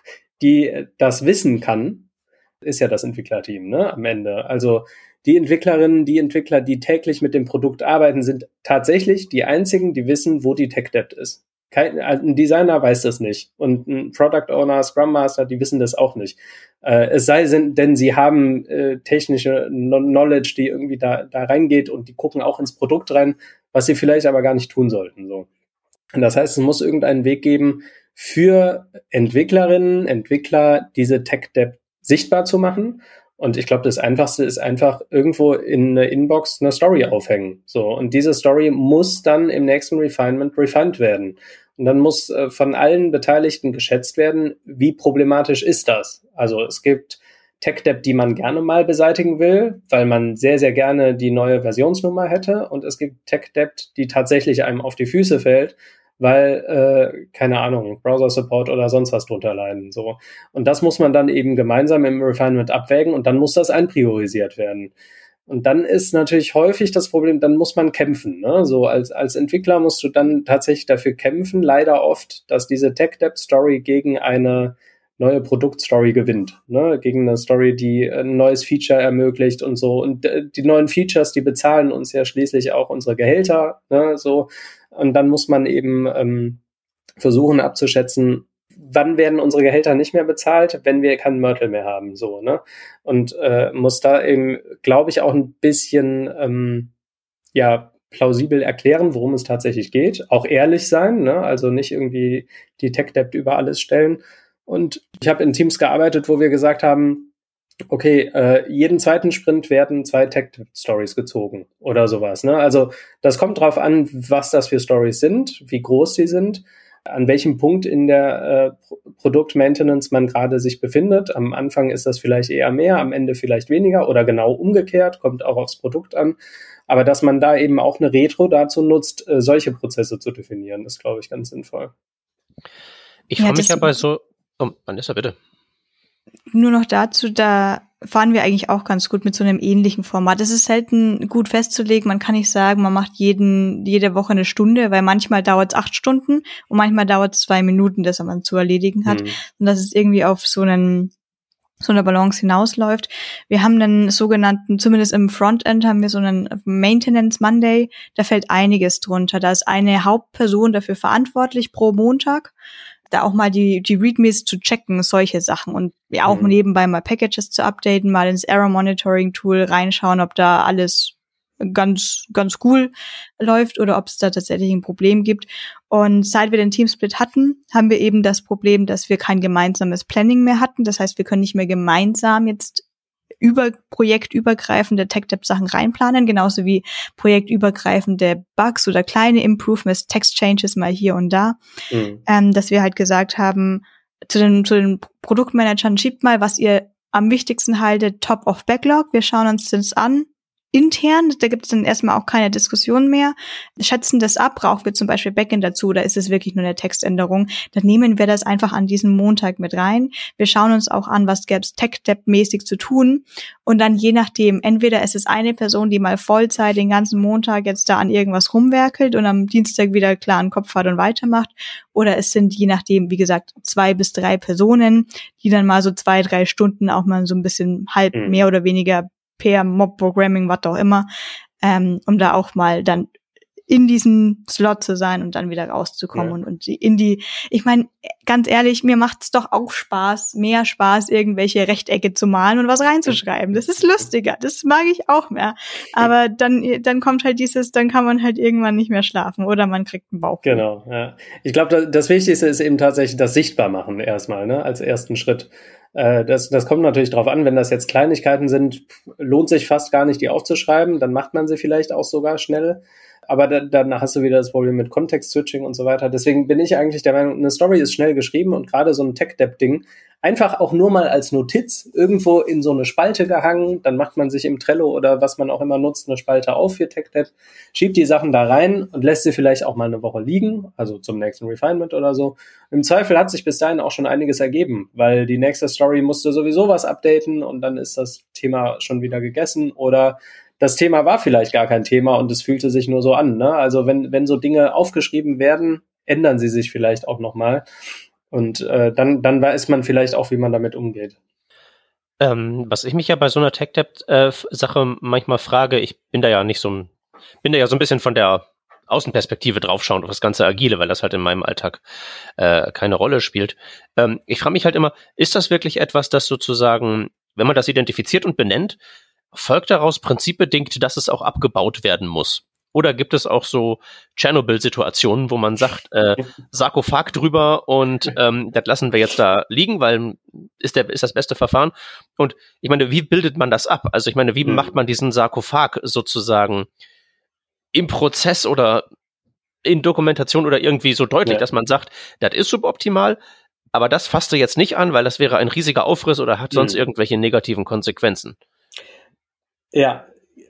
die das wissen kann, ist ja das Entwicklerteam, ne, am Ende. Also die Entwicklerinnen, die Entwickler, die täglich mit dem Produkt arbeiten, sind tatsächlich die einzigen, die wissen, wo die Tech-Debt ist. Ein Designer weiß das nicht und ein Product Owner, Scrum Master, die wissen das auch nicht. Es sei denn, sie haben technische Knowledge, die irgendwie da reingeht und die gucken auch ins Produkt rein, was sie vielleicht aber gar nicht tun sollten. So. Und das heißt, es muss irgendeinen Weg geben, für Entwicklerinnen, Entwickler diese Tech-Debt sichtbar zu machen. Und ich glaube, das Einfachste ist einfach irgendwo in eine Inbox eine Story aufhängen. So. Und diese Story muss dann im nächsten Refinement refined werden. Und dann muss von allen Beteiligten geschätzt werden, wie problematisch ist das? Also es gibt Tech-Debt, die man gerne mal beseitigen will, weil man sehr, sehr gerne die neue Versionsnummer hätte. Und es gibt Tech-Debt, die tatsächlich einem auf die Füße fällt, weil, keine Ahnung, Browser-Support oder sonst was drunter leiden. So. Und das muss man dann eben gemeinsam im Refinement abwägen und dann muss das einpriorisiert werden. Und dann ist natürlich häufig das Problem, dann muss man kämpfen. Ne? So als Entwickler musst du dann tatsächlich dafür kämpfen, leider oft, dass diese Tech-Debt-Story gegen eine neue Produktstory gewinnt, ne? Gegen eine Story, die ein neues Feature ermöglicht und so. Und die neuen Features, die bezahlen uns ja schließlich auch unsere Gehälter, ne? So. Und dann muss man eben versuchen abzuschätzen, wann werden unsere Gehälter nicht mehr bezahlt, wenn wir keinen Mörtel mehr haben, so, ne? Und muss da eben, glaube ich, auch ein bisschen plausibel erklären, worum es tatsächlich geht, auch ehrlich sein, ne? Also nicht irgendwie die Tech-Debt über alles stellen. Und ich habe in Teams gearbeitet, wo wir gesagt haben, okay, jeden zweiten Sprint werden 2 Tech-Stories gezogen oder sowas. Ne? Also das kommt drauf an, was das für Stories sind, wie groß sie sind, an welchem Punkt in der Produktmaintenance man gerade sich befindet. Am Anfang ist das vielleicht eher mehr, am Ende vielleicht weniger oder genau umgekehrt, kommt auch aufs Produkt an. Aber dass man da eben auch eine Retro dazu nutzt, solche Prozesse zu definieren, ist, glaube ich, ganz sinnvoll. Ich frage mich ja bei so... Oh, Vanessa, bitte. Nur noch dazu, da fahren wir eigentlich auch ganz gut mit so einem ähnlichen Format. Es ist selten gut festzulegen. Man kann nicht sagen, man macht jede Woche eine Stunde, weil manchmal dauert es 8 Stunden und manchmal dauert es 2 Minuten, das man zu erledigen hat. Und dass es irgendwie auf so eine Balance hinausläuft. Wir haben einen sogenannten, zumindest im Frontend haben wir so einen Maintenance Monday. Da fällt einiges drunter. Da ist eine Hauptperson dafür verantwortlich pro Montag. da auch mal die Readmes zu checken, solche Sachen und ja auch nebenbei mal Packages zu updaten, mal ins Error Monitoring Tool reinschauen, ob da alles ganz cool läuft oder ob es da tatsächlich ein Problem gibt. Und seit wir den Teamsplit hatten, haben wir eben das Problem, dass wir kein gemeinsames Planning mehr hatten. Das heißt, wir können nicht mehr gemeinsam jetzt projektübergreifende Tech-Debt-Sachen reinplanen, genauso wie projektübergreifende Bugs oder kleine Improvements, Text-Changes mal hier und da. Dass wir halt gesagt haben, zu den Produktmanagern, schiebt mal, was ihr am wichtigsten haltet, top of Backlog. Wir schauen uns das an. Intern, da gibt es dann erstmal auch keine Diskussion mehr. Schätzen das ab, brauchen wir zum Beispiel Backend dazu oder ist es wirklich nur eine Textänderung? Dann nehmen wir das einfach an diesem Montag mit rein. Wir schauen uns auch an, was gäbe es Tech-Debt-mäßig zu tun und dann je nachdem, entweder ist es eine Person, die mal Vollzeit den ganzen Montag jetzt da an irgendwas rumwerkelt und am Dienstag wieder klaren Kopf hat und weitermacht oder es sind je nachdem, wie gesagt, 2 bis 3 Personen, die dann mal so 2-3 Stunden auch mal so ein bisschen halb mehr oder weniger per Mob-Programming, was auch immer, um da auch mal dann in diesem Slot zu sein und dann wieder rauszukommen und ich meine, ganz ehrlich, mir macht's doch auch mehr Spaß, irgendwelche Rechtecke zu malen und was reinzuschreiben. Das ist lustiger, das mag ich auch mehr. Aber dann kommt halt dann kann man halt irgendwann nicht mehr schlafen oder man kriegt einen Bauch. Genau, ja. Ich glaube, das Wichtigste ist eben tatsächlich das Sichtbarmachen erstmal, ne, als ersten Schritt. Das kommt natürlich drauf an, wenn das jetzt Kleinigkeiten sind, lohnt sich fast gar nicht, die aufzuschreiben, dann macht man sie vielleicht auch sogar schnell. Aber dann hast du wieder das Problem mit Kontext-Switching und so weiter. Deswegen bin ich eigentlich der Meinung, eine Story ist schnell geschrieben und gerade so ein Tech-Debt-Ding einfach auch nur mal als Notiz irgendwo in so eine Spalte gehangen. Dann macht man sich im Trello oder was man auch immer nutzt, eine Spalte auf für Tech-Debt, schiebt die Sachen da rein und lässt sie vielleicht auch mal eine Woche liegen, also zum nächsten Refinement oder so. Im Zweifel hat sich bis dahin auch schon einiges ergeben, weil die nächste Story musste sowieso was updaten und dann ist das Thema schon wieder gegessen oder das Thema war vielleicht gar kein Thema und es fühlte sich nur so an, ne? Also wenn so Dinge aufgeschrieben werden, ändern sie sich vielleicht auch nochmal. Und dann weiß man vielleicht auch, wie man damit umgeht. Was ich mich ja bei so einer Tech-Debt-Sache manchmal frage, ich bin da ja so ein bisschen von der Außenperspektive draufschauen auf das ganze Agile, weil das halt in meinem Alltag keine Rolle spielt. Ich frage mich halt immer, ist das wirklich etwas, das sozusagen, wenn man das identifiziert und benennt, folgt daraus prinzipbedingt, dass es auch abgebaut werden muss? Oder gibt es auch so Tschernobyl-Situationen, wo man sagt, Sarkophag drüber und das lassen wir jetzt da liegen, weil ist das beste Verfahren. Und ich meine, wie bildet man das ab? Also ich meine, wie macht man diesen Sarkophag sozusagen im Prozess oder in Dokumentation oder irgendwie so deutlich, dass man sagt, das ist suboptimal, aber das fasst du jetzt nicht an, weil das wäre ein riesiger Aufriss oder hat sonst irgendwelche negativen Konsequenzen. Ja,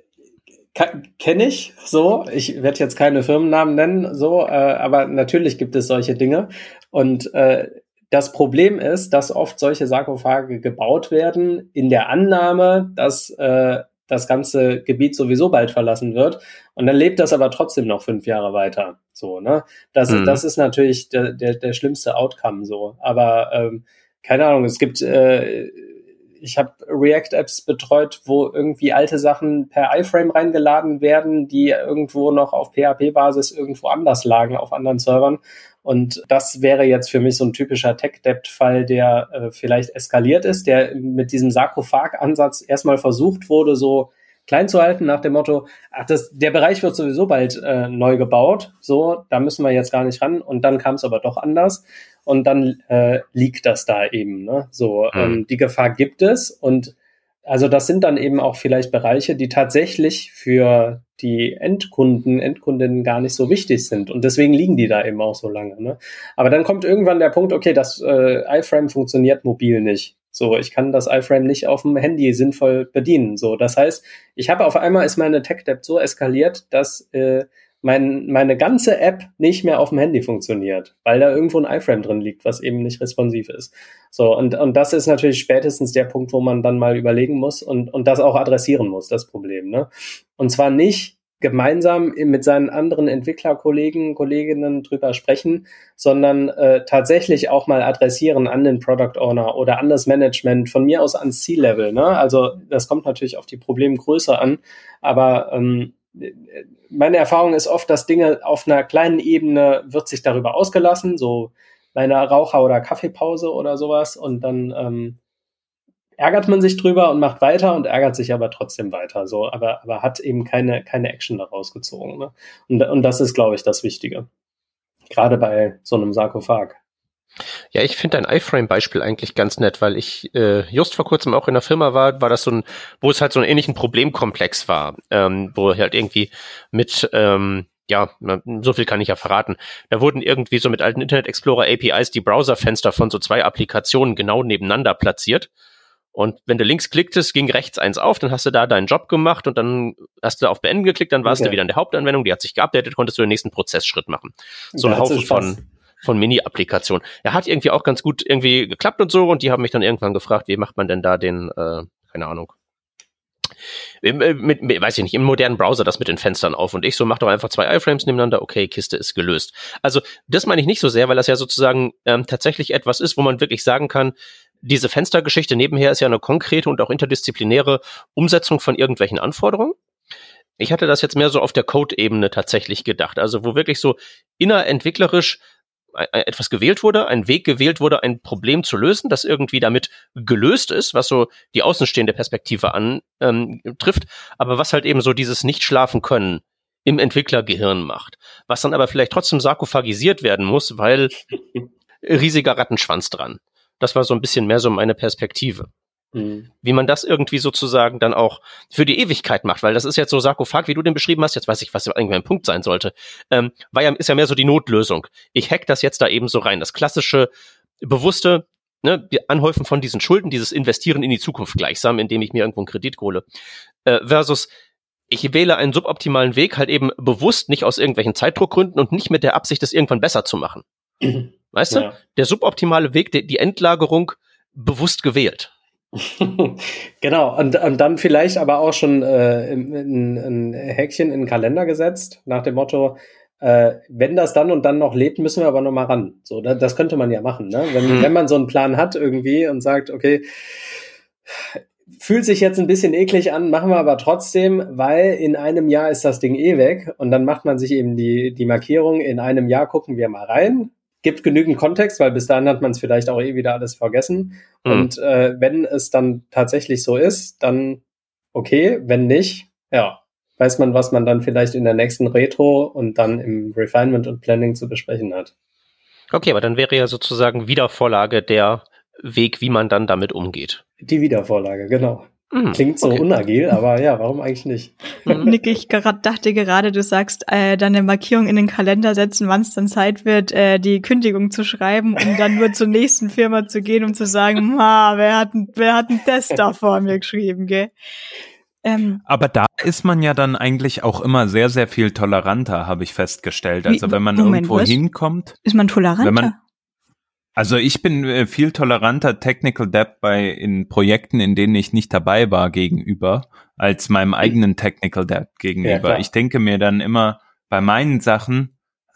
kenne ich so. Ich werde jetzt keine Firmennamen nennen, so, aber natürlich gibt es solche Dinge. Und das Problem ist, dass oft solche Sarkophage gebaut werden in der Annahme, dass das ganze Gebiet sowieso bald verlassen wird. Und dann lebt das aber trotzdem noch 5 Jahre weiter. So, ne? Das ist natürlich der schlimmste Outcome so. Aber keine Ahnung, es gibt ich habe React-Apps betreut, wo irgendwie alte Sachen per iFrame reingeladen werden, die irgendwo noch auf PHP-Basis irgendwo anders lagen, auf anderen Servern. Und das wäre jetzt für mich so ein typischer Tech-Debt-Fall, der vielleicht eskaliert ist, der mit diesem Sarkophag-Ansatz erstmal versucht wurde, so klein zu halten nach dem Motto, der Bereich wird sowieso bald neu gebaut, so, da müssen wir jetzt gar nicht ran. Und dann kam es aber doch anders. Und dann liegt das da eben, ne? So, die Gefahr gibt es und also das sind dann eben auch vielleicht Bereiche, die tatsächlich für die Endkundinnen gar nicht so wichtig sind und deswegen liegen die da eben auch so lange, ne? Aber dann kommt irgendwann der Punkt, okay, das iFrame funktioniert mobil nicht. So, ich kann das iFrame nicht auf dem Handy sinnvoll bedienen. So, das heißt, auf einmal ist meine Tech-Debt so eskaliert, dass meine ganze App nicht mehr auf dem Handy funktioniert, weil da irgendwo ein iFrame drin liegt, was eben nicht responsiv ist. So, und das ist natürlich spätestens der Punkt, wo man dann mal überlegen muss und das auch adressieren muss, das Problem, ne? Und zwar nicht gemeinsam mit seinen anderen Kolleginnen drüber sprechen, sondern tatsächlich auch mal adressieren an den Product Owner oder an das Management, von mir aus ans C-Level, ne? Also das kommt natürlich auf die Problemgröße an, aber meine Erfahrung ist oft, dass Dinge auf einer kleinen Ebene wird sich darüber ausgelassen, so bei einer Raucher- oder Kaffeepause oder sowas und dann ärgert man sich drüber und macht weiter und ärgert sich aber trotzdem weiter, so, aber hat eben keine Action daraus gezogen, ne? Und das ist, glaube ich, das Wichtige. Gerade bei so einem Sarkophag. Ja, ich finde dein iFrame-Beispiel eigentlich ganz nett, weil ich just vor kurzem auch in der Firma war das wo es halt so einen ähnlichen Problemkomplex war, wo halt irgendwie mit, so viel kann ich ja verraten, da wurden irgendwie so mit alten Internet Explorer APIs die Browserfenster von so 2 Applikationen genau nebeneinander platziert. Und wenn du links klicktest, ging rechts eins auf, dann hast du da deinen Job gemacht und dann hast du auf Beenden geklickt, dann warst du wieder in der Hauptanwendung, die hat sich geupdatet, konntest du den nächsten Prozessschritt machen. So ein Haufen von Mini-Applikationen. Er hat irgendwie auch ganz gut irgendwie geklappt und so und die haben mich dann irgendwann gefragt, wie macht man denn da den, keine Ahnung, weiß ich nicht, im modernen Browser das mit den Fenstern auf und ich so, mach doch einfach 2 iFrames nebeneinander, okay, Kiste ist gelöst. Also das meine ich nicht so sehr, weil das ja sozusagen tatsächlich etwas ist, wo man wirklich sagen kann, diese Fenstergeschichte nebenher ist ja eine konkrete und auch interdisziplinäre Umsetzung von irgendwelchen Anforderungen. Ich hatte das jetzt mehr so auf der Code-Ebene tatsächlich gedacht, also wo wirklich so innerentwicklerisch etwas gewählt wurde, ein Weg gewählt wurde, ein Problem zu lösen, das irgendwie damit gelöst ist, was so die außenstehende Perspektive trifft, aber was halt eben so dieses Nicht-Schlafen-Können im Entwicklergehirn macht, was dann aber vielleicht trotzdem sarkophagisiert werden muss, weil riesiger Rattenschwanz dran. Das war so ein bisschen mehr so meine Perspektive. Wie man das irgendwie sozusagen dann auch für die Ewigkeit macht, weil das ist jetzt so Sarkophag, wie du den beschrieben hast, jetzt weiß ich, was eigentlich mein Punkt sein sollte, ist ja mehr so die Notlösung. Ich hack das jetzt da eben so rein. Das klassische, bewusste, ne, Anhäufen von diesen Schulden, dieses Investieren in die Zukunft gleichsam, indem ich mir irgendwo einen Kredit hole, versus ich wähle einen suboptimalen Weg, halt eben bewusst, nicht aus irgendwelchen Zeitdruckgründen und nicht mit der Absicht, es irgendwann besser zu machen. Weißt du? Der suboptimale Weg, die Endlagerung bewusst gewählt. Genau, und dann vielleicht aber auch schon ein Häkchen in den Kalender gesetzt, nach dem Motto, wenn das dann und dann noch lebt, müssen wir aber noch mal ran. So, das könnte man ja machen, ne? Wenn man so einen Plan hat irgendwie und sagt, okay, fühlt sich jetzt ein bisschen eklig an, machen wir aber trotzdem, weil in einem Jahr ist das Ding eh weg und dann macht man sich eben die Markierung, in einem Jahr gucken wir mal rein. Gibt genügend Kontext, weil bis dahin hat man es vielleicht auch eh wieder alles vergessen. Und wenn es dann tatsächlich so ist, dann okay. Wenn nicht, ja, weiß man, was man dann vielleicht in der nächsten Retro und dann im Refinement und Planning zu besprechen hat. Okay, aber dann wäre ja sozusagen Wiedervorlage der Weg, wie man dann damit umgeht. Die Wiedervorlage, genau. Klingt so unagil, aber ja, warum eigentlich nicht? Nick, ich dachte gerade, du sagst, dann eine Markierung in den Kalender setzen, wann es dann Zeit wird, die Kündigung zu schreiben, um dann nur zur nächsten Firma zu gehen, um zu sagen, wer hat einen Test da vor mir geschrieben, gell? Aber da ist man ja dann eigentlich auch immer sehr, sehr viel toleranter, habe ich festgestellt. Also wenn man irgendwo hinkommt. Ist man toleranter? Also ich bin viel toleranter Technical Debt in Projekten, in denen ich nicht dabei war, gegenüber, als meinem eigenen Technical Debt gegenüber. Ja, ich denke mir dann immer bei meinen Sachen,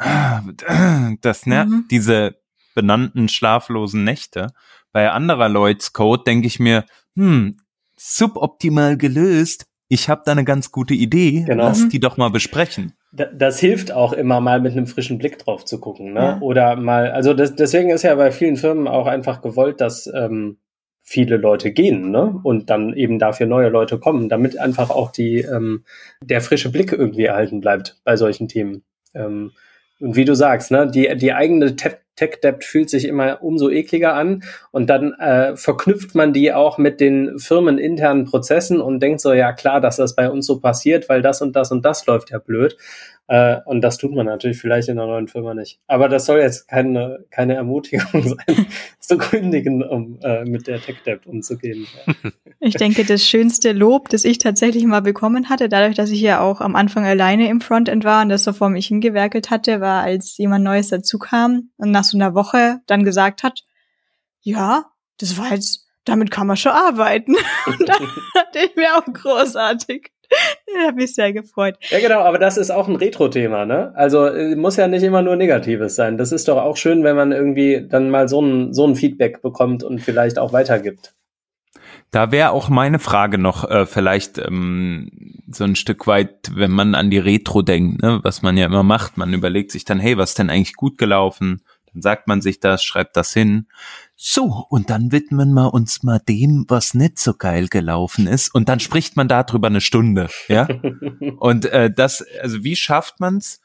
diese benannten schlaflosen Nächte. Bei anderer Leute's Code denke ich mir, suboptimal gelöst, ich habe da eine ganz gute Idee, lass die doch mal besprechen. Das hilft auch immer mal mit einem frischen Blick drauf zu gucken, ne? Ja. Oder mal, also deswegen ist ja bei vielen Firmen auch einfach gewollt, dass viele Leute gehen, ne? Und dann eben dafür neue Leute kommen, damit einfach auch der frische Blick irgendwie erhalten bleibt bei solchen Themen. Und wie du sagst, ne, die eigene Tech-Debt fühlt sich immer umso ekliger an und dann verknüpft man die auch mit den firmeninternen Prozessen und denkt so, ja klar, dass das bei uns so passiert, weil das und das und das läuft ja blöd. Und das tut man natürlich vielleicht in einer neuen Firma nicht. Aber das soll jetzt keine Ermutigung sein, zu kündigen, um mit der Tech-Debt umzugehen. Ich denke, das schönste Lob, das ich tatsächlich mal bekommen hatte, dadurch, dass ich ja auch am Anfang alleine im Frontend war und das so vor mich hingewerkelt hatte, war, als jemand Neues dazu kam und nach so einer Woche dann gesagt hat, ja, das war jetzt, damit kann man schon arbeiten. Und da dachte ich mir auch großartig. Ich habe mich sehr gefreut. Ja, genau, aber das ist auch ein Retro-Thema, ne? Also muss ja nicht immer nur Negatives sein. Das ist doch auch schön, wenn man irgendwie dann mal so ein Feedback bekommt und vielleicht auch weitergibt. Da wäre auch meine Frage noch vielleicht so ein Stück weit, wenn man an die Retro denkt, ne? Was man ja immer macht. Man überlegt sich dann, hey, was ist denn eigentlich gut gelaufen? Dann sagt man sich das, schreibt das hin. So, und dann widmen wir uns mal dem, was nicht so geil gelaufen ist. Und dann spricht man darüber eine Stunde, ja. Und also wie schafft man's?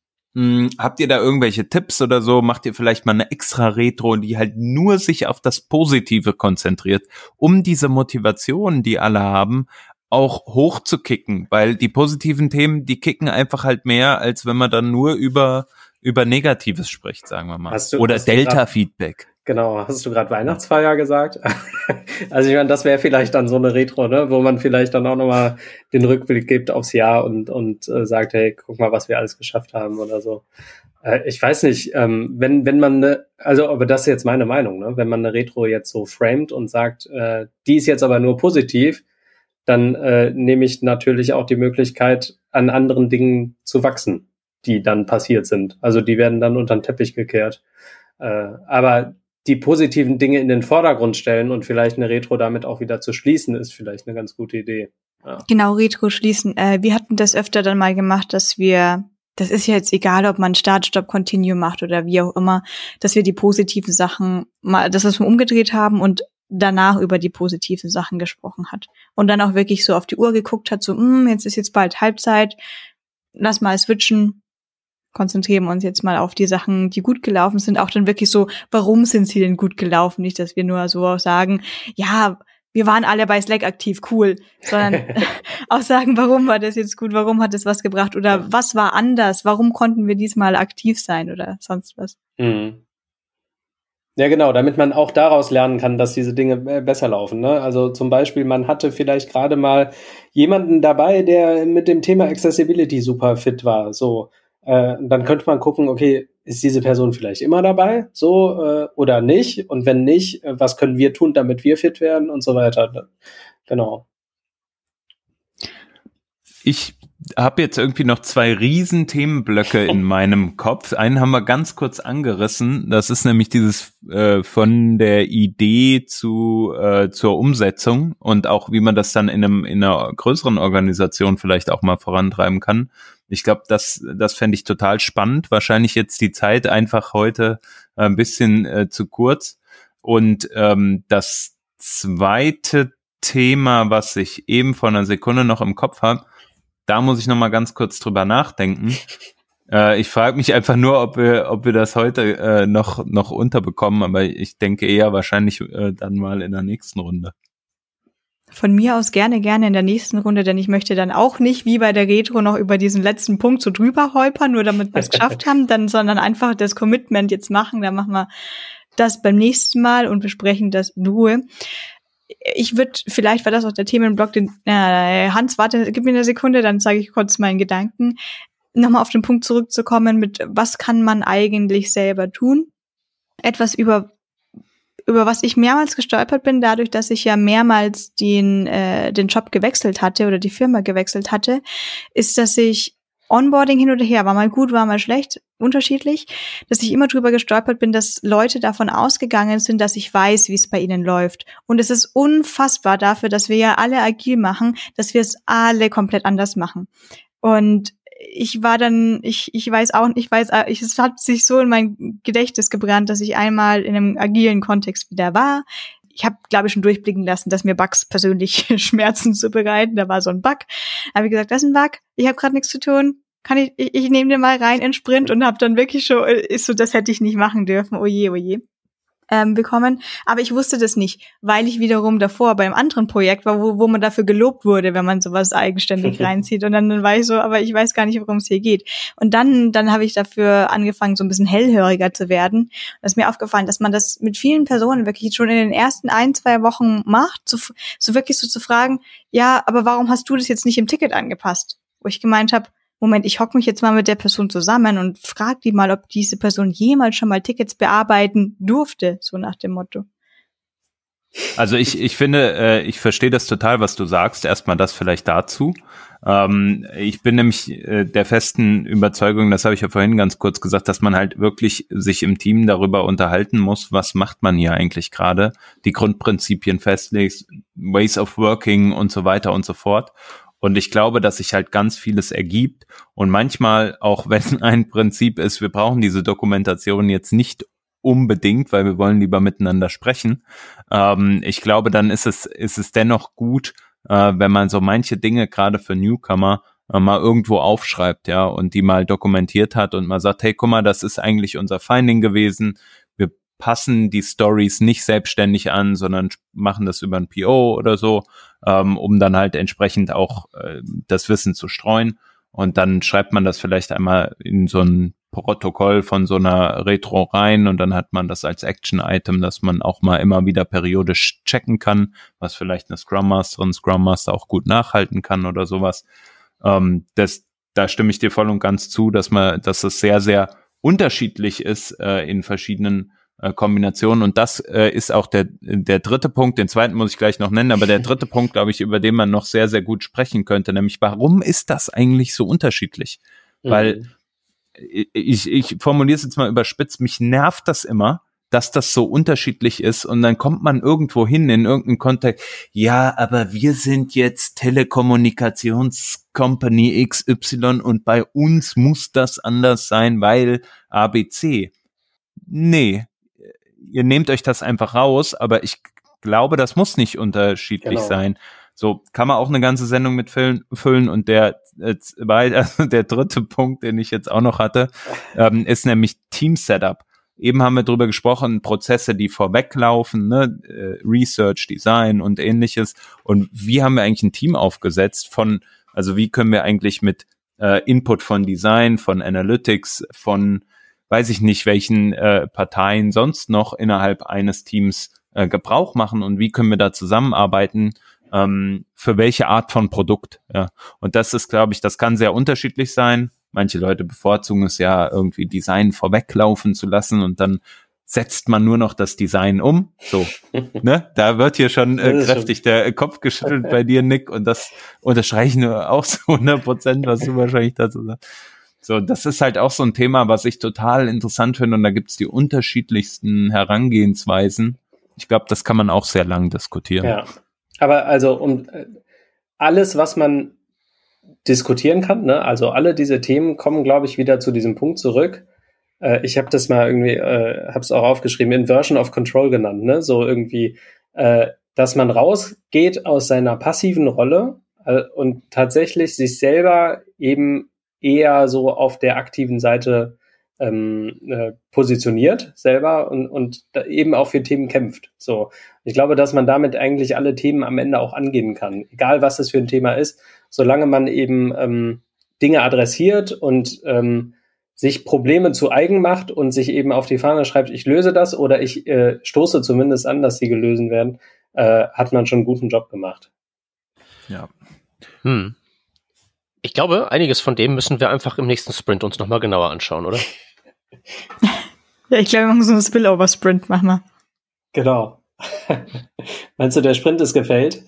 Habt ihr da irgendwelche Tipps oder so? Macht ihr vielleicht mal eine extra Retro, die halt nur sich auf das Positive konzentriert, um diese Motivation, die alle haben, auch hochzukicken? Weil die positiven Themen, die kicken einfach halt mehr, als wenn man dann nur über Negatives spricht, sagen wir mal. Oder Delta-Feedback. Genau, hast du gerade Weihnachtsfeier gesagt? Also ich meine, das wäre vielleicht dann so eine Retro, ne, wo man vielleicht dann auch nochmal den Rückblick gibt aufs Jahr und sagt, hey, guck mal, was wir alles geschafft haben oder so. Ich weiß nicht, wenn man aber das ist jetzt meine Meinung, ne, wenn man eine Retro jetzt so framet und sagt, die ist jetzt aber nur positiv, dann nehme ich natürlich auch die Möglichkeit, an anderen Dingen zu wachsen, die dann passiert sind. Also die werden dann unter den Teppich gekehrt. Aber die positiven Dinge in den Vordergrund stellen und vielleicht eine Retro damit auch wieder zu schließen, ist vielleicht eine ganz gute Idee. Ja. Genau, Retro schließen. Wir hatten das öfter dann mal gemacht, das ist ja jetzt egal, ob man Start, Stop, Continue macht oder wie auch immer, dass wir die positiven Sachen mal, dass wir es umgedreht haben und danach über die positiven Sachen gesprochen hat. Und dann auch wirklich so auf die Uhr geguckt hat, so, jetzt ist jetzt bald Halbzeit, lass mal switchen, konzentrieren wir uns jetzt mal auf die Sachen, die gut gelaufen sind, auch dann wirklich so, warum sind sie denn gut gelaufen? Nicht, dass wir nur so sagen, ja, wir waren alle bei Slack aktiv, cool, sondern auch sagen, warum war das jetzt gut, warum hat es was gebracht oder was war anders, warum konnten wir diesmal aktiv sein oder sonst was. Mhm. Ja, genau, damit man auch daraus lernen kann, dass diese Dinge besser laufen, ne? Also zum Beispiel, man hatte vielleicht gerade mal jemanden dabei, der mit dem Thema Accessibility super fit war, so. Dann könnte man gucken, okay, ist diese Person vielleicht immer dabei, so, oder nicht? Und wenn nicht, was können wir tun, damit wir fit werden und so weiter. Genau. Ich habe jetzt irgendwie noch 2 riesen Themenblöcke in meinem Kopf. Einen haben wir ganz kurz angerissen. Das ist nämlich dieses von der Idee zur Umsetzung und auch wie man das dann in einer größeren Organisation vielleicht auch mal vorantreiben kann. Ich glaube, das fände ich total spannend. Wahrscheinlich jetzt die Zeit einfach heute ein bisschen zu kurz. Und das zweite Thema, was ich eben vor einer Sekunde noch im Kopf habe, da muss ich noch mal ganz kurz drüber nachdenken. Ich frage mich einfach nur, ob wir das heute noch unterbekommen, aber ich denke eher wahrscheinlich dann mal in der nächsten Runde. Von mir aus gerne in der nächsten Runde, denn ich möchte dann auch nicht wie bei der Retro noch über diesen letzten Punkt so drüber holpern, nur damit wir es geschafft haben, sondern einfach das Commitment jetzt machen. Dann machen wir das beim nächsten Mal und besprechen das in Ruhe. Ich würde, vielleicht war das auch der Themenblock, Hans, warte, gib mir eine Sekunde, dann sage ich kurz meinen Gedanken. Nochmal auf den Punkt zurückzukommen mit, was kann man eigentlich selber tun? Etwas über was ich mehrmals gestolpert bin, dadurch, dass ich ja mehrmals den Job gewechselt hatte oder die Firma gewechselt hatte, ist, dass ich Onboarding hin oder her, war mal gut, war mal schlecht, unterschiedlich, dass ich immer drüber gestolpert bin, dass Leute davon ausgegangen sind, dass ich weiß, wie es bei ihnen läuft. Und es ist unfassbar dafür, dass wir ja alle agil machen, dass wir es alle komplett anders machen. Und ich war dann, es hat sich so in mein Gedächtnis gebrannt, dass ich einmal in einem agilen Kontext wieder war. Ich habe, glaube ich, schon durchblicken lassen, dass mir Bugs persönlich Schmerzen zubereiten. Da war so ein Bug. Da habe ich gesagt, das ist ein Bug, ich habe gerade nichts zu tun. Ich nehme den mal rein in Sprint und habe dann wirklich schon, ist so, das hätte ich nicht machen dürfen. Oje. Bekommen. Aber ich wusste das nicht, weil ich wiederum davor beim anderen Projekt war, wo man dafür gelobt wurde, wenn man sowas eigenständig reinzieht. Und dann war ich so, aber ich weiß gar nicht, worum es hier geht. Und dann habe ich dafür angefangen, so ein bisschen hellhöriger zu werden. Das ist mir aufgefallen, dass man das mit vielen Personen wirklich schon in den ersten 1-2 Wochen macht, so wirklich so zu fragen, ja, aber warum hast du das jetzt nicht im Ticket angepasst? Wo ich gemeint habe, Moment, ich hocke mich jetzt mal mit der Person zusammen und frage die mal, ob diese Person jemals schon mal Tickets bearbeiten durfte, so nach dem Motto. Also ich finde, ich verstehe das total, was du sagst. Erstmal das vielleicht dazu. Ich bin nämlich der festen Überzeugung, das habe ich ja vorhin ganz kurz gesagt, dass man halt wirklich sich im Team darüber unterhalten muss, was macht man hier eigentlich gerade, die Grundprinzipien festlegt, Ways of Working und so weiter und so fort. Und ich glaube, dass sich halt ganz vieles ergibt und manchmal, auch wenn ein Prinzip ist, wir brauchen diese Dokumentation jetzt nicht unbedingt, weil wir wollen lieber miteinander sprechen. Ich glaube, dann ist es dennoch gut, wenn man so manche Dinge gerade für Newcomer mal irgendwo aufschreibt, ja, und die mal dokumentiert hat und mal sagt, hey, guck mal, das ist eigentlich unser Finding gewesen. Wir passen die Stories nicht selbstständig an, sondern machen das über ein PO oder so, um dann halt entsprechend auch das Wissen zu streuen. Und dann schreibt man das vielleicht einmal in so ein Protokoll von so einer Retro rein und dann hat man das als Action-Item, dass man auch mal immer wieder periodisch checken kann, was vielleicht eine Scrum Master und Scrum Master auch gut nachhalten kann oder sowas. Da stimme ich dir voll und ganz zu, dass es sehr, sehr unterschiedlich ist in verschiedenen Kombinationen. Und das ist auch der dritte Punkt. Den zweiten muss ich gleich noch nennen, aber der dritte Punkt, glaube ich, über den man noch sehr, sehr gut sprechen könnte, nämlich warum ist das eigentlich so unterschiedlich? Weil ich formuliere es jetzt mal überspitzt, mich nervt das immer, dass das so unterschiedlich ist und dann kommt man irgendwo hin in irgendeinen Kontext, ja, aber wir sind jetzt Telekommunikationscompany XY und bei uns muss das anders sein, weil ABC. Nee, ihr nehmt euch das einfach raus, aber ich glaube, das muss nicht unterschiedlich sein. So kann man auch eine ganze Sendung mit füllen und der dritte Punkt, den ich jetzt auch noch hatte, ist nämlich Team-Setup. Eben haben wir drüber gesprochen, Prozesse, die vorweglaufen, ne? Research, Design und ähnliches. Und wie haben wir eigentlich ein Team aufgesetzt also wie können wir eigentlich mit Input von Design, von Analytics, von weiß ich nicht, welchen Parteien sonst noch innerhalb eines Teams Gebrauch machen und wie können wir da zusammenarbeiten, für welche Art von Produkt. Ja. Und das ist, glaube ich, das kann sehr unterschiedlich sein. Manche Leute bevorzugen es ja, irgendwie Design vorweglaufen zu lassen und dann setzt man nur noch das Design um. So, ne? Da wird hier schon kräftig der Kopf geschüttelt bei dir, Nick, und das unterstreiche ich nur auch zu 100%, was du wahrscheinlich dazu sagst. So, das ist halt auch so ein Thema, was ich total interessant finde und da gibt's die unterschiedlichsten Herangehensweisen. Ich glaube, das kann man auch sehr lang diskutieren. Ja, aber also alles, was man diskutieren kann, ne? Also alle diese Themen kommen, glaube ich, wieder zu diesem Punkt zurück. Ich habe das mal irgendwie, habe es auch aufgeschrieben, Inversion of Control genannt, ne? So irgendwie, dass man rausgeht aus seiner passiven Rolle und tatsächlich sich selber eben eher so auf der aktiven Seite positioniert selber und eben auch für Themen kämpft. So, ich glaube, dass man damit eigentlich alle Themen am Ende auch angehen kann, egal was es für ein Thema ist, solange man eben Dinge adressiert und sich Probleme zu eigen macht und sich eben auf die Fahne schreibt, ich löse das oder ich stoße zumindest an, dass sie gelöst werden, hat man schon einen guten Job gemacht. Ja. Ich glaube, einiges von dem müssen wir einfach im nächsten Sprint uns nochmal genauer anschauen, oder? Ja, ich glaube, wir machen so einen Spillover-Sprint, machen wir. Genau. Meinst du, der Sprint ist gefailt?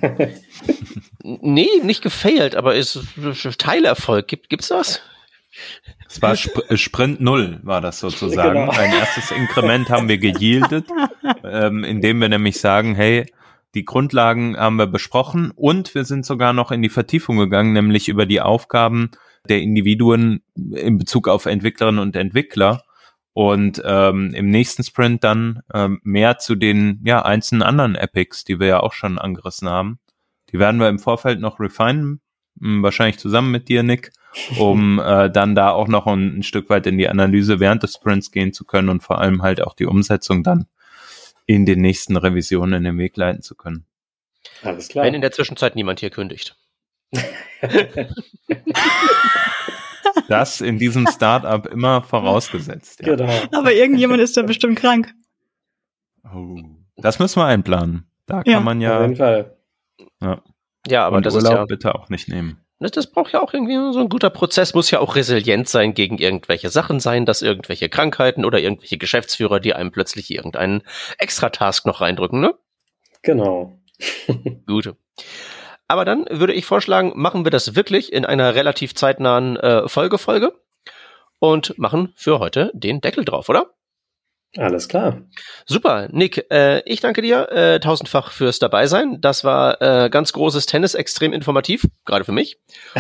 Nee, nicht gefailt, aber ist Teilerfolg. Gibt's das? Es war Sprint 0, war das sozusagen. Genau. Ein erstes Inkrement haben wir geyieldet, indem wir nämlich sagen, hey, die Grundlagen haben wir besprochen und wir sind sogar noch in die Vertiefung gegangen, nämlich über die Aufgaben der Individuen in Bezug auf Entwicklerinnen und Entwickler und im nächsten Sprint dann mehr zu den einzelnen anderen Epics, die wir ja auch schon angerissen haben. Die werden wir im Vorfeld noch refinen, wahrscheinlich zusammen mit dir, Nick, um dann da auch noch ein Stück weit in die Analyse während des Sprints gehen zu können und vor allem halt auch die Umsetzung dann in den nächsten Revisionen in den Weg leiten zu können. Alles klar. Wenn in der Zwischenzeit niemand hier kündigt. Das in diesem Startup immer vorausgesetzt. Ja. Genau. Aber irgendjemand ist da bestimmt krank. Oh, das müssen wir einplanen. Da kann man Auf jeden Fall. Ja, aber und das Urlaub ist ja bitte auch nicht nehmen. Das braucht ja auch irgendwie so ein guter Prozess, muss ja auch resilient sein gegen irgendwelche Sachen sein, dass irgendwelche Krankheiten oder irgendwelche Geschäftsführer, die einem plötzlich irgendeinen Extra-Task noch reindrücken, ne? Genau. Gut. Aber dann würde ich vorschlagen, machen wir das wirklich in einer relativ zeitnahen Folge und machen für heute den Deckel drauf, oder? Alles klar. Super, Nick, ich danke dir tausendfach fürs Dabeisein. Das war ganz großes Tennis, extrem informativ, gerade für mich.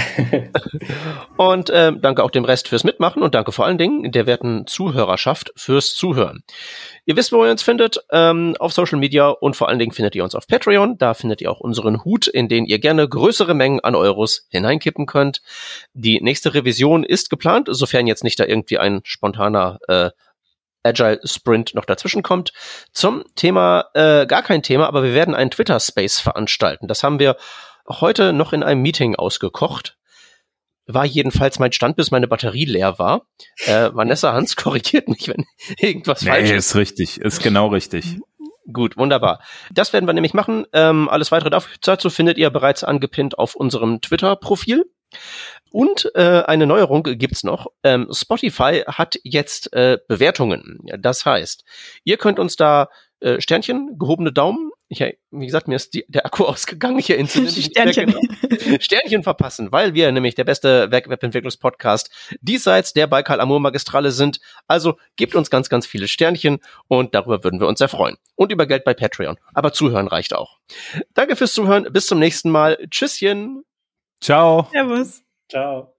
Und danke auch dem Rest fürs Mitmachen und danke vor allen Dingen der werten Zuhörerschaft fürs Zuhören. Ihr wisst, wo ihr uns findet, auf Social Media und vor allen Dingen findet ihr uns auf Patreon. Da findet ihr auch unseren Hut, in den ihr gerne größere Mengen an Euros hineinkippen könnt. Die nächste Revision ist geplant, sofern jetzt nicht da irgendwie ein spontaner Agile Sprint noch dazwischen kommt. Zum Thema gar kein Thema, aber wir werden einen Twitter-Space veranstalten. Das haben wir heute noch in einem Meeting ausgekocht. War jedenfalls mein Stand, bis meine Batterie leer war. Vanessa, Hans, korrigiert mich, wenn irgendwas falsch ist. Ist richtig, ist genau richtig. Gut, wunderbar. Das werden wir nämlich machen. Alles weitere dazu findet ihr bereits angepinnt auf unserem Twitter-Profil. Und eine Neuerung gibt's noch. Spotify hat jetzt Bewertungen. Das heißt, ihr könnt uns da Sternchen, gehobene Daumen. Wie gesagt, mir ist der Akku ausgegangen. Ich erinnere mich nicht mehr genau. Sternchen verpassen, weil wir nämlich der beste Webentwicklungspodcast diesseits der Baikal-Amur-Magistrale sind. Also gebt uns ganz, ganz viele Sternchen und darüber würden wir uns sehr freuen. Und über Geld bei Patreon. Aber zuhören reicht auch. Danke fürs Zuhören. Bis zum nächsten Mal. Tschüsschen. Ciao. Servus. Ciao.